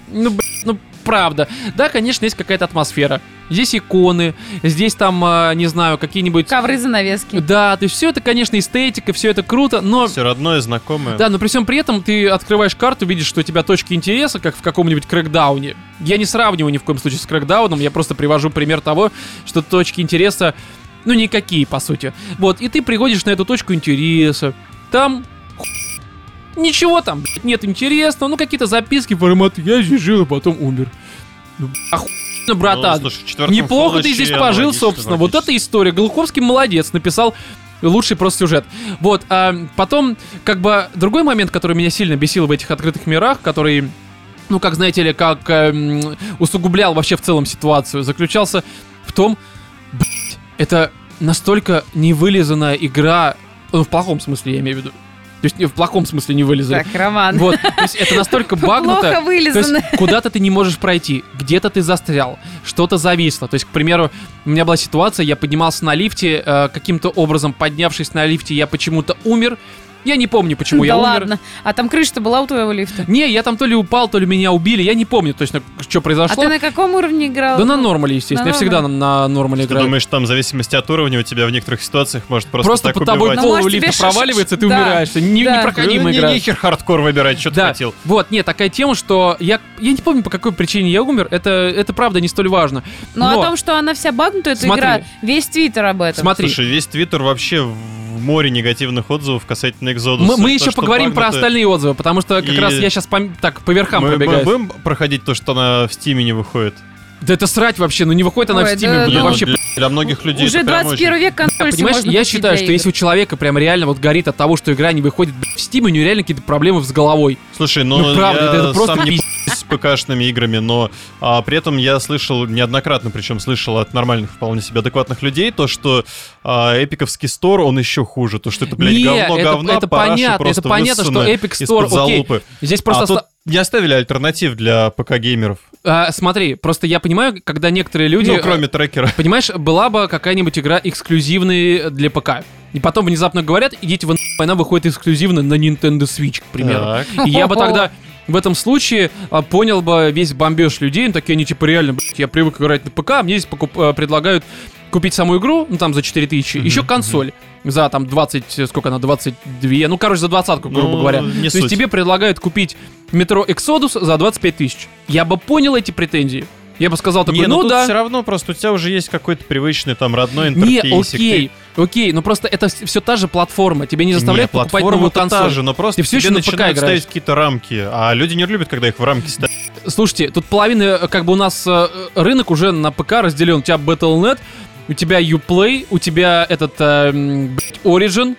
правда. Да, конечно, есть какая-то атмосфера. Здесь иконы, здесь там, не знаю, какие-нибудь... Ковры, занавески. Да, то есть все это, конечно, эстетика, все это круто, но... Все родное, знакомое. Да, но при всем при этом ты открываешь карту, видишь, что у тебя точки интереса, как в каком-нибудь крэкдауне. Я не сравниваю ни в коем случае с крэкдауном, я просто привожу пример того, что точки интереса, ну, никакие, по сути. Вот, и ты приходишь на эту точку интереса, там... Ничего там, нет интересного, ну, какие-то записки формата «я здесь жил, а потом умер». Ну, охуенно, братан. Ну, слушай, неплохо ты здесь пожил, собственно. Вот эта история. Глуховский молодец, написал лучший просто сюжет. Вот, а потом, как бы, другой момент, который меня сильно бесил в этих открытых мирах, который, ну, как, знаете ли, как усугублял вообще в целом ситуацию, заключался в том, это настолько невылизанная игра, ну, в плохом смысле, я имею в виду. То есть в плохом смысле не вылезано. Так, Роман. Вот, то есть это настолько багнуто. Плохо вылезано. То есть куда-то ты не можешь пройти, где-то ты застрял, что-то зависло. То есть, к примеру, у меня была ситуация, я поднимался на лифте, каким-то образом поднявшись на лифте, я почему-то умер. Я не помню, почему я Да умер. ладно. А там крыша-то была у твоего лифта? Не, я там то ли упал, то ли меня убили. Я не помню точно, что А произошло. ты на каком уровне играл? Да на нормале, естественно. На Я всегда на нормале Ты играю. думаешь, там в зависимости от уровня у тебя в некоторых ситуациях может просто так под тобой убивать? Ну, голову может, лифта тебе проваливается, и ты да. умираешь. Да. Непроходимая игра. Нихер хардкор выбирать, что ты Да, хотел. вот, нет, такая тема, что я не помню, по какой причине я умер, это правда не столь важно. Но Но, о том, что она вся багнутая, эта Смотри. игра, весь твиттер об этом. смотри, Слушай, весь твиттер вообще в море негативных отзывов касательно Exodus. мы еще поговорим про остальные отзывы, потому что как И- раз я сейчас так по верхам Мы пробегаюсь. будем проходить то, что она в Стиме не выходит? Да это срать вообще, ну не выходит она Ой, в Стиме, да, ну ну, вообще... Для многих людей Уже это прям 21 очень- век консоль Понимаешь, можно я купить считаю, для что если игр. у человека прям реально вот горит от того, что игра не выходит в Steam, у него реально какие-то проблемы с головой. Слушай, Ну, правда, я это просто сам не пиздец. с ПК-шными играми, но при этом я слышал неоднократно, причем слышал от нормальных, вполне себе адекватных людей, то, что эпиковский стор, он еще хуже, то, что это, блядь, Не, говно, это параши понятно, просто это понятно, что высосаны Epic из-под Store, окей, залупы. здесь просто... Тут не оставили альтернатив для ПК-геймеров, Смотри, просто я понимаю, когда некоторые люди... ну, кроме трекера. Понимаешь, была бы какая-нибудь игра эксклюзивная для ПК. И потом внезапно говорят, идите в нахуй, она выходит эксклюзивно на Nintendo Switch, к примеру. Так. И я бы тогда в этом случае понял бы весь бомбеж людей, ну, такие они типа реально, блядь, я привык играть на ПК, а мне здесь предлагают купить саму игру, ну там за 4000, еще консоль за там 20, сколько она, 22, ну короче за 20-ку, грубо Ну, говоря. не То суть. есть тебе предлагают купить Metro Exodus за 25 тысяч. Я бы понял эти претензии. Я бы сказал такой, Не, ну тут да. все равно просто у тебя уже есть какой-то привычный там родной Не, интерфейс. окей, но просто это все та же платформа. Тебе не заставляют покупать новую консоль. та же, но просто Ты всё тебе еще на ПК начинают играешь. ставить какие-то рамки, а люди не любят, когда их в рамки ставят. Слушайте, тут половина, как бы у нас рынок уже на ПК разделен. У тебя Battle.net, у тебя Uplay, у тебя этот Origin.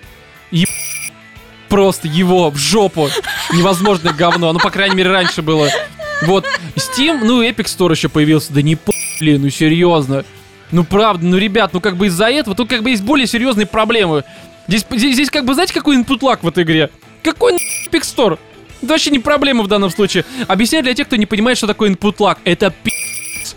Просто его в жопу. Невозможное говно. Ну, по крайней мере, раньше было. Вот. Steam, ну, Epic Store еще появился. Да не блин, ну серьезно. Ну, правда, ну, ребят, ну, как бы из-за этого тут как бы есть более серьезные проблемы. Здесь как бы, знаете, какой input lag в этой игре? Какой Epic Store? Это вообще не проблема в данном случае. Объясняю для тех, кто не понимает, что такое input lag. Это пи***ц.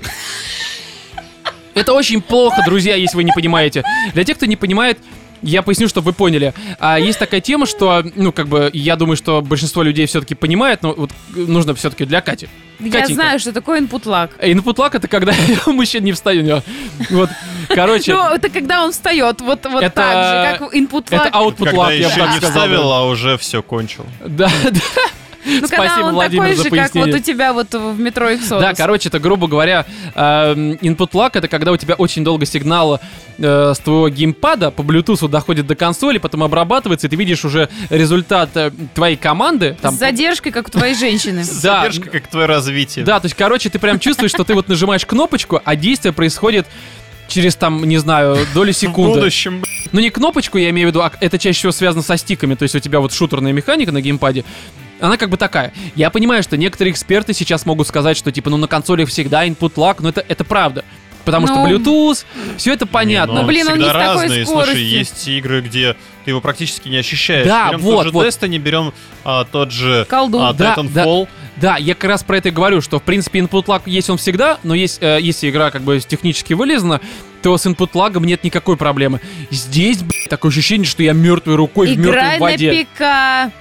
Это очень плохо, друзья, если вы не понимаете. Для тех, кто не понимает, я поясню, чтобы вы поняли. Есть такая тема, что, ну, как бы, я думаю, что большинство людей все-таки понимает, но вот нужно все-таки для Кати. Я Катенька. знаю, что такое input lag. Input lag — это когда мужчина не встает. Вот, короче, Ну, это когда он встает, вот Это- так же, как input это lag. output Когда lag, я бы еще так не сказал. вставил, а уже все кончил. Да, да. Ну, когда Спасибо, он Владимир, такой за же, как вот пояснение. у тебя вот в метро Exodus. Да, короче, это, грубо говоря, input lag — это когда у тебя очень долго сигнал с твоего геймпада по Bluetooth доходит до консоли, потом обрабатывается, и ты видишь уже результат твоей команды. С задержкой, как у твоей женщины. Да. Задержка, как твое развитие. Да, то есть, короче, ты прям чувствуешь, что ты вот нажимаешь кнопочку, а действие происходит через, там, не знаю, долю В секунды. будущем. Ну, не кнопочку, я имею в виду, а это чаще всего связано со стиками, то есть у тебя вот шутерная механика на геймпаде, она как бы такая. Я понимаю, что некоторые эксперты сейчас могут сказать, что типа, ну на консолях всегда input lag, но это правда. Потому что Ну, Bluetooth, все это понятно. Ну, блин, он не всегда с такой разные. скоростью. Слушай, есть игры, где ты его практически не ощущаешь. Да, берем вот, тот же вот. Destiny, берем тот же Колдун. Да, Titanfall. Да, я как раз про это и говорю, что в принципе input lag есть он всегда, но если игра как бы технически вылезана, то с input лагом нет никакой проблемы. Здесь, такое ощущение, что я мертвой рукой в мертвой Играй на воде. ПК.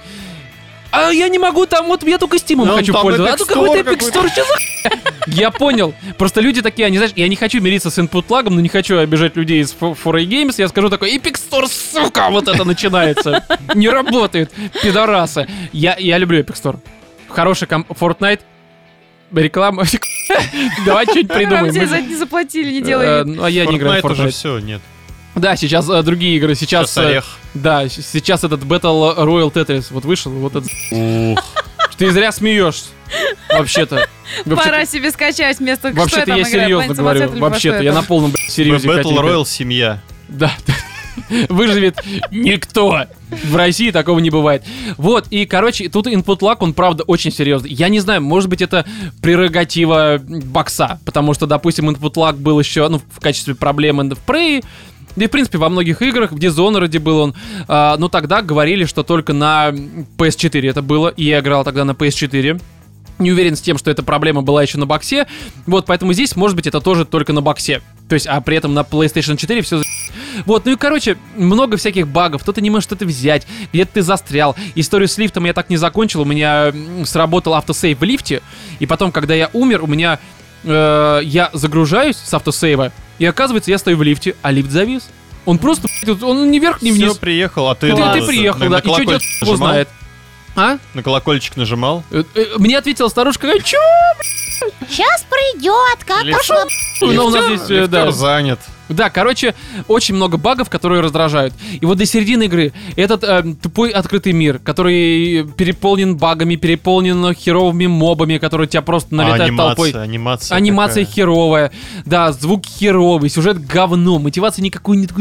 А я не могу, там вот я только Steam Ну, хочу там пользоваться. А Epic тут какой-то Store Epic Store, что за хуйня? Я понял. Просто люди такие, они, знаешь, я не хочу мириться с input лагом, но не хочу обижать людей из 4A Games. Я скажу такой, Epic Store, сука, вот это начинается. Не работает, пидорасы. Я люблю Epic Store. Хороший Fortnite. Реклама. Давай что-нибудь Вам придумаем. тебе за это не заплатили, не делай вид. Ну, а я не играю в Fortnite уже Fortnite. все, нет. Да, сейчас другие игры. Сейчас, Сейчас орех. да, сейчас этот Battle Royale Tetris вот вышел. Вот это. Ух. Ты зря смеешься. Вообще-то. Пора себе скачать вместо... что Вообще-то там я играет? серьезно Планета говорю. самоцветов или во Вообще-то что я это? на полном серьезе. Battle Катенька. Royale семья. Да. Выживет никто. В России такого не бывает. Вот, и, короче, тут input lag, он, правда, очень серьезный. Я не знаю, может быть, это прерогатива бокса, потому что, допустим, input lag был еще, ну, в качестве проблемы в Prey, да и, в принципе, во многих играх, в Dishonored был он, но тогда говорили, что только на PS4 это было, и я играл тогда на PS4. Не уверен с тем, что эта проблема была еще на боксе. Вот, поэтому здесь, может быть, это тоже только на боксе. То есть, а при этом на PlayStation 4 все... Вот, ну и, короче, много всяких багов. Кто-то не может что-то взять, где-то ты застрял. Историю с лифтом я так не закончил. У меня сработал автосейв в лифте. И потом, когда я умер, у меня... я загружаюсь с автосейва, и оказывается, я стою в лифте, а лифт завис. Он просто... Он ни вверх, ни вниз. Все, приехал, а ты... Ты приехал, да. И что делать, кто знает. А? На колокольчик нажимал? Мне ответила старушка, чё? Сейчас придет, как Лифтер- Ну, у нас Лифтер- здесь, да. лифтер занят. Да, короче, очень много багов, которые раздражают. И вот до середины игры этот тупой открытый мир, который переполнен багами, переполнен херовыми мобами, которые тебя просто налетают толпой. Анимация какая. херовая. Да, звук херовый, сюжет говно, мотивации никакой нет.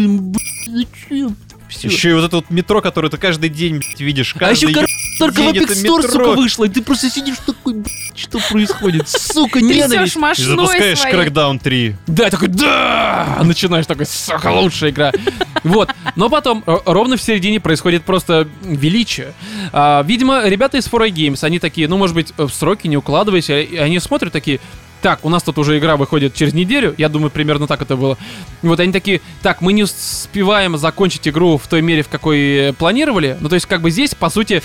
Всё. Еще и вот это вот метро, которое ты каждый день, блядь, видишь. А еще, Каждый только в день это Apex Store, метро. сука, вышло, и ты просто сидишь такой, что происходит? Сука, Трясешь ненависть. И мошной запускаешь своей. Crackdown 3. Да, я такой, да! Начинаешь такой, сука, лучшая игра. Вот, но потом ровно в середине происходит просто величие. Видимо, ребята из 4A Games, они такие, ну, может быть, в сроки не укладывайся, и они смотрят такие... Так, у нас тут уже игра выходит через неделю. Я думаю, примерно так это было. И вот они такие, так, мы не успеваем закончить игру в той мере, в какой планировали. Ну, то есть, как бы здесь, по сути,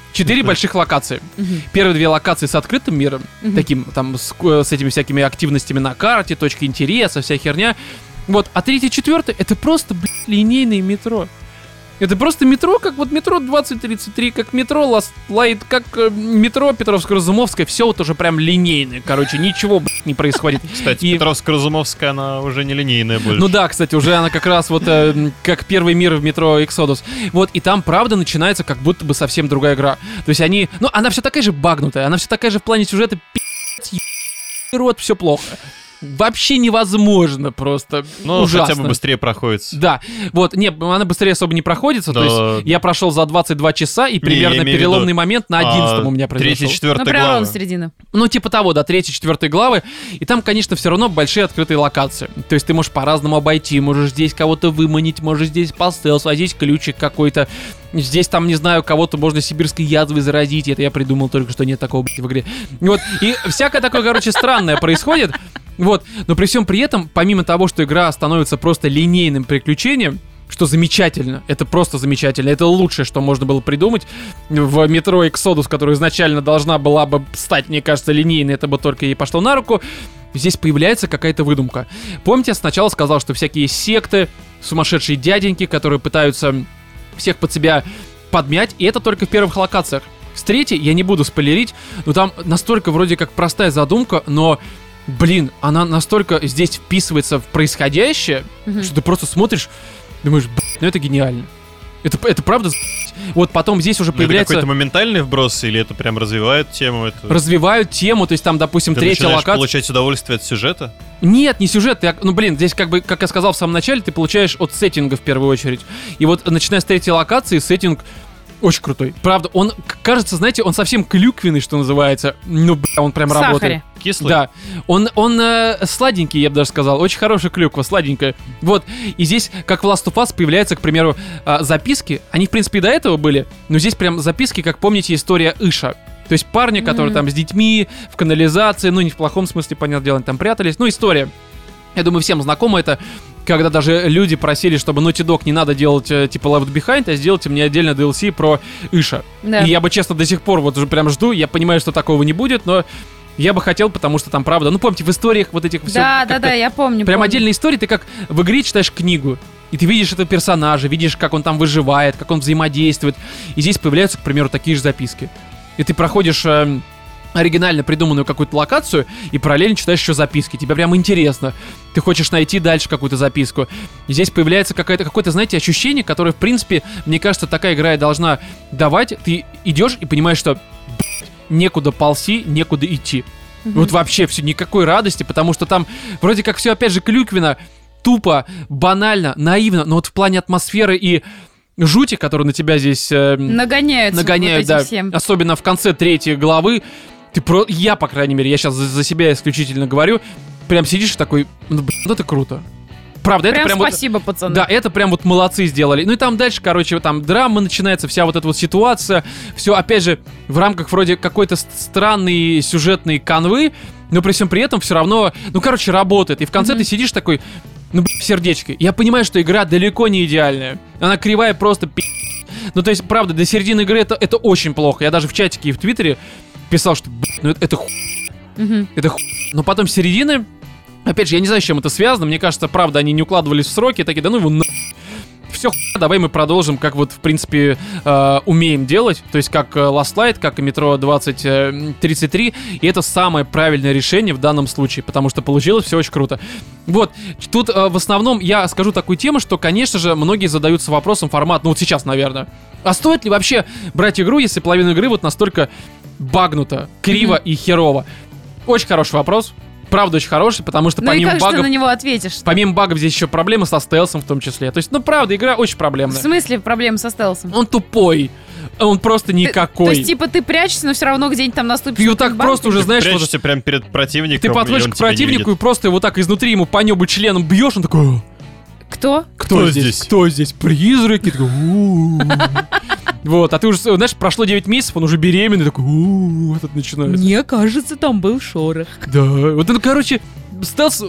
4 больших локации. Первые 2 локации с открытым миром, таким, там, с этими всякими активностями на карте, точки интереса, вся херня. Вот, а 3-й, 4-й, это просто, блядь, линейное метро. Это просто метро, как вот метро 2033, как метро Last Light, как метро Петровско-Разумовское, все вот уже прям линейное, короче, ничего, блядь, не происходит. Кстати, И- Петровско-Разумовская, она уже не линейная больше. Ну да, кстати, уже она как раз вот как первый мир в метро Exodus. Вот, и там, правда, начинается как будто бы совсем другая игра. То есть они... Ну, она все такая же багнутая, она все такая же в плане сюжета, пи***ц, рот, все плохо. Вообще невозможно просто. Ну, ужасно. хотя бы быстрее проходится. Да, вот, не, она быстрее особо не проходится, Да. то есть я прошел за 22 часа, и примерно я имею в переломный виду, момент на 11 у меня произошел. 3-4 Ну, прям глава. ровно середина. Ну, типа того, да, 3-4 главы. И там, конечно, все равно большие открытые локации. То есть ты можешь по-разному обойти, можешь здесь кого-то выманить, можешь здесь по стелсу, а здесь ключик какой-то. Здесь там, не знаю, кого-то можно сибирской язвой заразить. Это я придумал только, что нет такого, блядь, в игре. Вот, и всякое такое, короче, странное происходит. Вот, но при всем при этом, помимо того, что игра становится просто линейным приключением, что замечательно, это просто замечательно, это лучшее, что можно было придумать в метро Exodus, которая изначально должна была бы стать, мне кажется, линейной, это бы только ей пошло на руку. Здесь появляется какая-то выдумка. Помните, я сначала сказал, что всякие секты, сумасшедшие дяденьки, которые пытаются всех под себя подмять, и это только в первых локациях. С 3-й я не буду спойлерить, но там настолько вроде как простая задумка, но... Блин, она настолько здесь вписывается в происходящее, что ты просто смотришь, думаешь, ну это гениально. Это правда, вот потом здесь уже Ну, это появляется... какой-то моментальный вброс, или это прям развивает тему? Это... Развивают тему, то есть там, допустим, Ты 3-я начинаешь локация... получать удовольствие от сюжета? Нет, не сюжет, ну блин, здесь как бы, как я сказал в самом начале, ты получаешь от сеттинга в первую очередь. И вот начиная с 3-й локации, сеттинг очень крутой. Правда, он, кажется, знаете, он совсем клюквенный, что называется. Ну, бля, он прям В сахаре. работает. Кислый? Да, он сладенький, я бы даже сказал, очень хорошая клюква, сладенькая. Вот, и здесь, как в Last of Us, появляются, к примеру, записки. Они, в принципе, и до этого были, но здесь прям записки, как помните, история Иша. То есть парни, которые там с детьми, в канализации, ну, не в плохом смысле, понятное дело, они там прятались. Ну, история. Я думаю, всем знакома это, когда даже люди просили, чтобы Naughty Dog не надо делать типа Left Behind, а сделайте мне отдельно DLC про Иша. Да. И я бы, честно, до сих пор вот уже прям жду, я понимаю, что такого не будет, но я бы хотел, потому что там правда, ну помните, в историях вот этих все. Да, я помню. Прям помню. отдельные истории, ты как в игре читаешь книгу, и ты видишь этого персонажа, видишь, как он там выживает, как он взаимодействует. И здесь появляются, к примеру, такие же записки. И ты проходишь оригинально придуманную какую-то локацию и параллельно читаешь еще записки. Тебе прям интересно. Ты хочешь найти дальше какую-то записку. И здесь появляется какое-то, знаете, ощущение, которое, в принципе, мне кажется, такая игра и должна давать. Ты идешь и понимаешь, что некуда ползи, некуда идти. Вот вообще все, никакой радости, потому что там вроде как все опять же клюквенно, тупо, банально, наивно, но вот в плане атмосферы и жути, которые на тебя здесь Нагоняют вот этим да, всем. особенно в конце 3-й главы. Я, по крайней мере, я сейчас за себя исключительно говорю, прям сидишь и такой, ну, блин, вот это круто. Правда, это Прям прям спасибо, пацаны. Да, это прям вот молодцы сделали. Ну и там дальше, короче, там драма начинается, вся вот эта вот ситуация. Все, опять же, в рамках вроде какой-то странной сюжетной канвы, но при всем при этом все равно, ну, короче, работает. И в конце ты сидишь такой, ну, сердечки. Я понимаю, что игра далеко не идеальная. Она кривая просто Ну, то есть, правда, до середины игры это очень плохо. Я даже в чатике и в Твиттере писал, что, ну, это это Но потом с середины, опять же, я не знаю, с чем это связано. Мне кажется, правда, они не укладывались в сроки, такие, да ну его все, давай мы продолжим, как вот, в принципе, умеем делать. То есть, как Last Light, как и Metro 2033. И это самое правильное решение в данном случае, потому что получилось все очень круто. Вот, тут в основном я скажу такую тему, что, конечно же, многие задаются вопросом формат, ну вот сейчас, наверное. А стоит ли вообще брать игру, если половина игры вот настолько багнута, криво и херово? Очень хороший вопрос. Правда, очень хороший, потому что помимо багов... ты на него ответишь. Помимо багов здесь еще проблемы со стелсом в том числе. То есть, ну правда, игра очень проблемная. В смысле проблемы со стелсом? Он тупой. Он просто никакой. То есть, типа, ты прячешься, но все равно где-нибудь там наступишь. И вот так просто уже, знаешь... Ты прячешься прямо перед противником. Ты подходишь к противнику и просто его так изнутри ему по небу членом бьешь, он такой... Кто? Кто здесь? Кто здесь? Призраки? Вот, а ты уже, знаешь, прошло 9 месяцев, он уже беременный, такой, этот начинает. Мне кажется, там был шорох. Да, вот это, короче, стелс...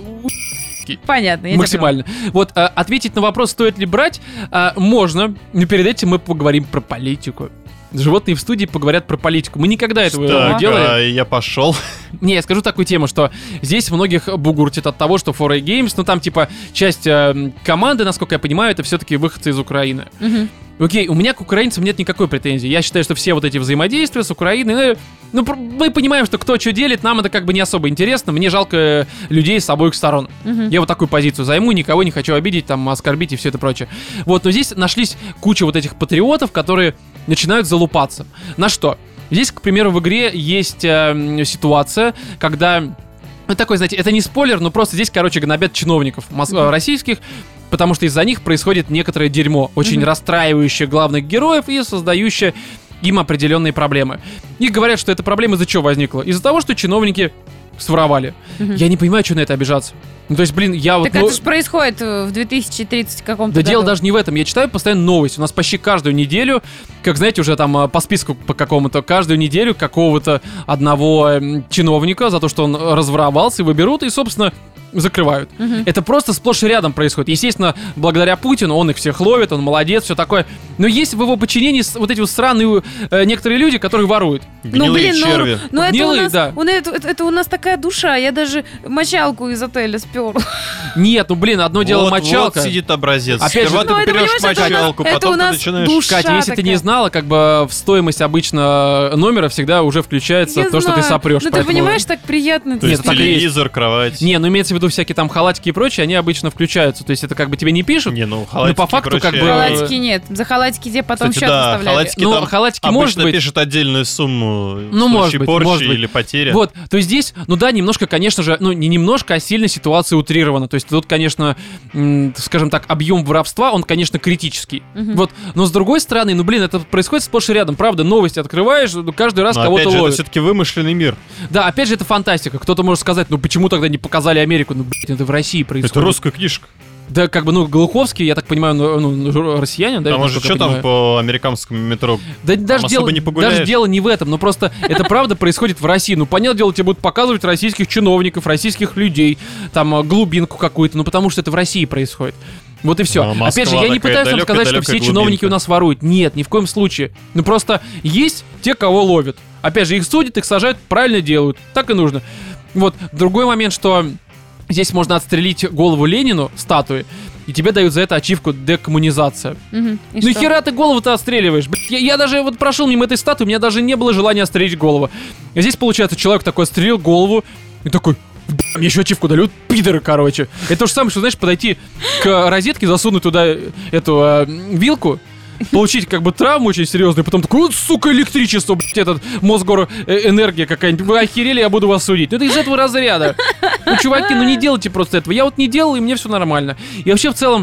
Понятно, я максимально. Вот, ответить на вопрос, стоит ли брать, можно, но перед этим мы поговорим про политику. Животные в студии поговорят про политику. Мы никогда этого не делали. Я пошел. Не, я скажу такую тему, что здесь многих бугуртит от того, что 4A Games, ну там типа часть команды, насколько я понимаю, это все-таки выходцы из Украины. Окей, у меня к украинцам нет никакой претензии. Я считаю, что все вот эти взаимодействия с Украиной, ну, мы понимаем, что кто что делит, нам это как бы не особо интересно. Мне жалко людей с обоих сторон. Я вот такую позицию займу, никого не хочу обидеть, там, оскорбить и все это прочее. Вот, но здесь нашлись куча вот этих патриотов, которые начинают залупаться. На что? Здесь, к примеру, в игре есть ситуация, когда... Ну, такой, знаете, это не спойлер, но просто здесь, короче, гнобят чиновников российских, потому что из-за них происходит некоторое дерьмо, очень расстраивающее главных героев и создающее им определенные проблемы. И говорят, что эта проблема из-за чего возникла? Из-за того, что чиновники своровали. Я не понимаю, что на это обижаться. Ну, то есть, блин, я вот... Так это же происходит в 2030 каком-то Да году. дело даже не в этом. Я читаю постоянно новости. У нас почти каждую неделю, как, знаете, уже там по списку по какому-то, каждую неделю какого-то одного чиновника за то, что он разворовался, его берут и, собственно, закрывают. Это просто сплошь и рядом происходит. Естественно, благодаря Путину он их всех ловит, он молодец, все такое. Но есть в его подчинении вот эти вот странные некоторые люди, которые воруют. Гнилые черви. Ну, Гнилые, это у нас, это у нас такая душа. Я даже мочалку из отеля сперла. Нет, ну блин, одно дело мочалка. Вот сидит образец. Опять Сперва же, ты берешь мочалку, потом ты начинаешь... душа Катя, если ты не знала, как бы в стоимость обычно номера всегда уже включается то, что ты сопрешь. Ну ты понимаешь, так приятно. То есть телевизор, кровать. Не, ну имеется в виду всякие там халатики и прочее, они обычно включаются. То есть это как бы тебе не пишут. Не, ну халатики по факту как бы... Халатики нет. За халатики тебе потом Кстати, счет да, выставляли. халатики Ну, там халатики, обычно может быть, пишут отдельную сумму ну, в может случае быть, порчи может быть. или потери. Вот, то есть здесь, ну да, немножко, конечно же, ну не немножко, а сильно ситуация утрирована. То есть тут, конечно, скажем так, объем воровства, он, конечно, критический. Вот, но с другой стороны, ну блин, это происходит сплошь и рядом, правда, новости открываешь, каждый раз Но кого-то опять же, ловят. это все-таки вымышленный мир. Да, опять же, это фантастика. Кто-то может сказать, ну почему тогда не показали Америку? Ну, блин, это в России происходит. Это русская книжка. Да, как бы, ну, Глуховский, я так понимаю, ну, россиянин, да? А может, что там по американскому метро? Да даже не дело не в этом, но просто это правда происходит в России. Ну, понятное дело, тебе будут показывать российских чиновников, российских людей, там, глубинку какую-то, ну, потому что это в России происходит. Вот и все. Опять же, я не пытаюсь вам сказать, что все чиновники у нас воруют. Нет, ни в коем случае. Ну, просто есть те, кого ловят. Опять же, их судят, их сажают, правильно делают. Так и нужно. Вот, другой момент, что... Здесь можно отстрелить голову Ленину, статуи, и тебе дают за это ачивку декоммунизация. Ну и хера ты голову-то отстреливаешь? Я даже вот прошел мимо этой статуи, у меня даже не было желания отстрелить голову. И здесь, получается, человек такой отстрелил голову и такой... Мне еще ачивку дали, вот пидоры, короче. Это то же самое, что, знаешь, подойти к розетке, засунуть туда эту вилку, получить как бы травму очень серьезную, и потом такой, вот, сука, электричество, блядь, этот Мосгорэнергия какая-нибудь, вы охерели, я буду вас судить. Ну это из этого разряда. Ну, чуваки, ну не делайте просто этого. Я вот не делал, и мне все нормально. И вообще в целом...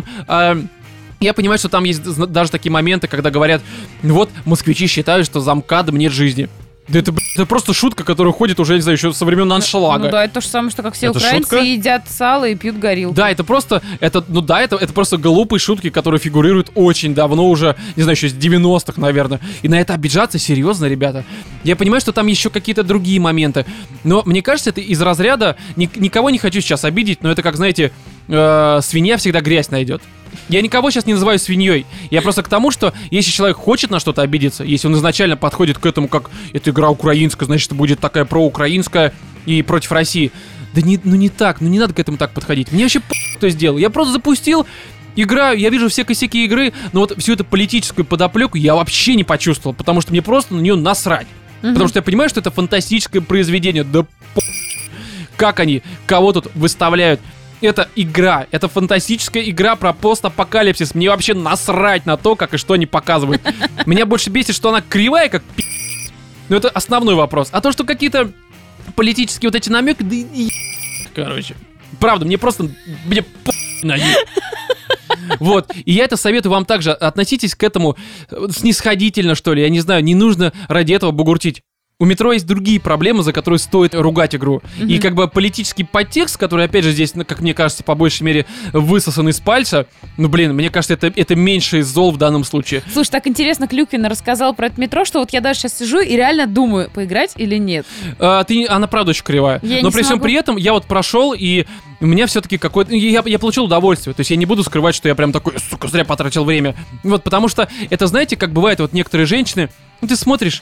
Я понимаю, что там есть даже такие моменты, когда говорят, вот, москвичи считают, что за МКАДом нет жизни. Да это просто шутка, которая ходит уже, не знаю, еще со времен аншлага. Ну да, это то же самое, что как все Это украинцы шутка? едят сало и пьют горилку. Да, это просто, это просто глупые шутки, которые фигурируют очень давно уже, не знаю, еще с 90-х, наверное. И на это обижаться, серьезно, ребята. Я понимаю, что там еще какие-то другие моменты, но мне кажется, это из разряда, никого не хочу сейчас обидеть, но это как, знаете, свинья всегда грязь найдет. Я никого сейчас не называю свиньей. Я просто к тому, что если человек хочет на что-то обидеться, если он изначально подходит к этому, как это игра украинская, значит, будет такая проукраинская и против России. Да не так, не надо к этому так подходить. Мне вообще кто сделал. Я просто запустил, играю, я вижу все косяки игры, но вот всю эту политическую подоплеку я вообще не почувствовал, потому что мне просто на нее насрать. Потому что я понимаю, что это фантастическое произведение. Да как они кого тут выставляют. Это игра, это фантастическая игра про постапокалипсис. Мне вообще насрать на то, как и что они показывают. Меня больше бесит, что она кривая, как но это основной вопрос. А то, что какие-то политические вот эти намеки, да короче. Правда, мне на них. Вот, и я это советую вам также. Относитесь к этому снисходительно, что ли. Я не знаю, не нужно ради этого бугуртить. У метро есть другие проблемы, за которые стоит ругать игру. И как бы политический подтекст, который, опять же, здесь, как мне кажется, по большей мере высосан из пальца, мне кажется, это меньше из зол в данном случае. Слушай, так интересно, Клюквин рассказал про это метро, что вот я даже сейчас сижу и реально думаю, поиграть или нет. Она правда очень кривая. Но при всем при этом я вот прошел, и у меня все-таки какое-то... Я получил удовольствие. То есть я не буду скрывать, что я прям такой, сука, зря потратил время. Вот, потому что это, знаете, как бывает, вот некоторые женщины, ты смотришь,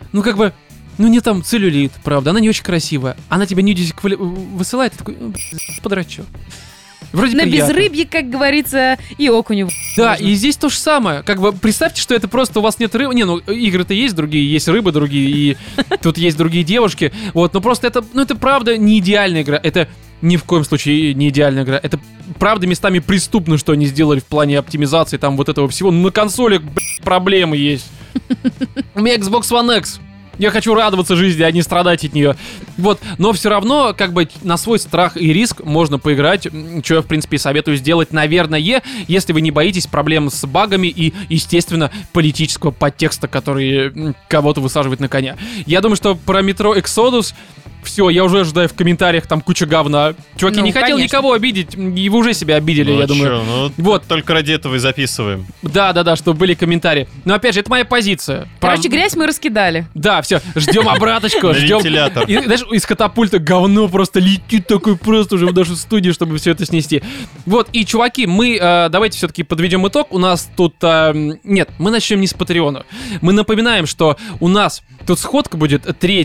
не там целлюлит, правда, она не очень красивая. Она тебя нюдисик высылает, и такой, подрачу. Вроде на приятно. Безрыбье, как говорится, и окуню. Да, и здесь то же самое. Как бы представьте, что это просто у вас нет рыбы. Игры-то есть другие, есть рыбы другие, и тут есть другие девушки. Вот, но просто это правда не идеальная игра. Это ни в коем случае не идеальная игра. Это правда местами преступно, что они сделали в плане оптимизации там вот этого всего. На консолях, проблемы есть. У меня Xbox One X. Я хочу радоваться жизни, а не страдать от нее. Вот, но все равно, как бы, на свой страх и риск можно поиграть, что я, в принципе, советую сделать, наверное, если вы не боитесь проблем с багами и, естественно, политического подтекста, который кого-то высаживает на коня. Я думаю, что про Metro Exodus... Все, я уже ожидаю в комментариях там куча говна. Чуваки, не хотел никого обидеть, и вы уже себя обидели, я думаю. Вот. Только ради этого и записываем. Да, чтобы были комментарии. Но опять же, это моя позиция. Короче, грязь мы раскидали. Да, все, ждем обраточку, ждем. Вентилятор. И, знаешь, из катапульта говно просто летит такой просто уже в нашу студию, чтобы все это снести. Вот, и, чуваки, мы давайте все-таки подведем итог. У нас тут... Нет, мы начнем не с Патреона. Мы напоминаем, что у нас тут сходка будет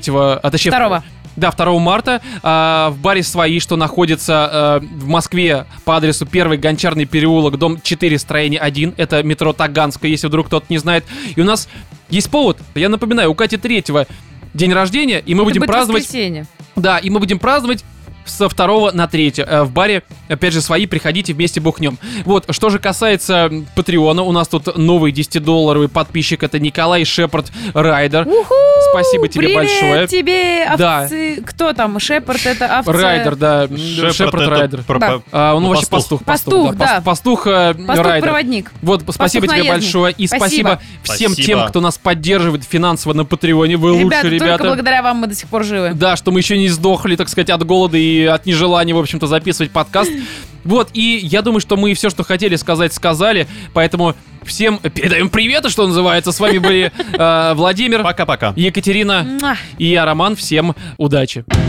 2 марта в баре «Свои», что находится в Москве по адресу 1 Гончарный переулок, дом 4, строение 1. Это метро Таганское, если вдруг кто-то не знает. И у нас есть повод. Я напоминаю, у Кати 3-го день рождения, и мы будем праздновать... Воскресенье. Да, и мы будем праздновать со 2 на 3 в баре, опять же, «Свои», приходите, вместе бухнем. Вот, что же касается Патреона, у нас тут новый 10-долларовый подписчик, это Николай Шепард Райдер. Спасибо тебе большое. Привет тебе, овцы. Да. Кто там? Шепард, это овца. Райдер, да. Шепард Райдер. Он вообще пастух. Пастух, да. Пастух Райдер. Пастух-проводник. Вот, спасибо тебе большое. И спасибо всем тем, кто нас поддерживает финансово на Патреоне. Вы лучшие ребята. Только благодаря вам мы до сих пор живы. Да, что мы еще не сдохли, так сказать, от голода и от нежелания, в общем-то, записывать подкаст. Вот, и я думаю, что мы все, что хотели сказать, сказали. Поэтому всем передаем привет, что называется. С вами были Владимир, пока-пока, Екатерина и я, Роман. Всем удачи.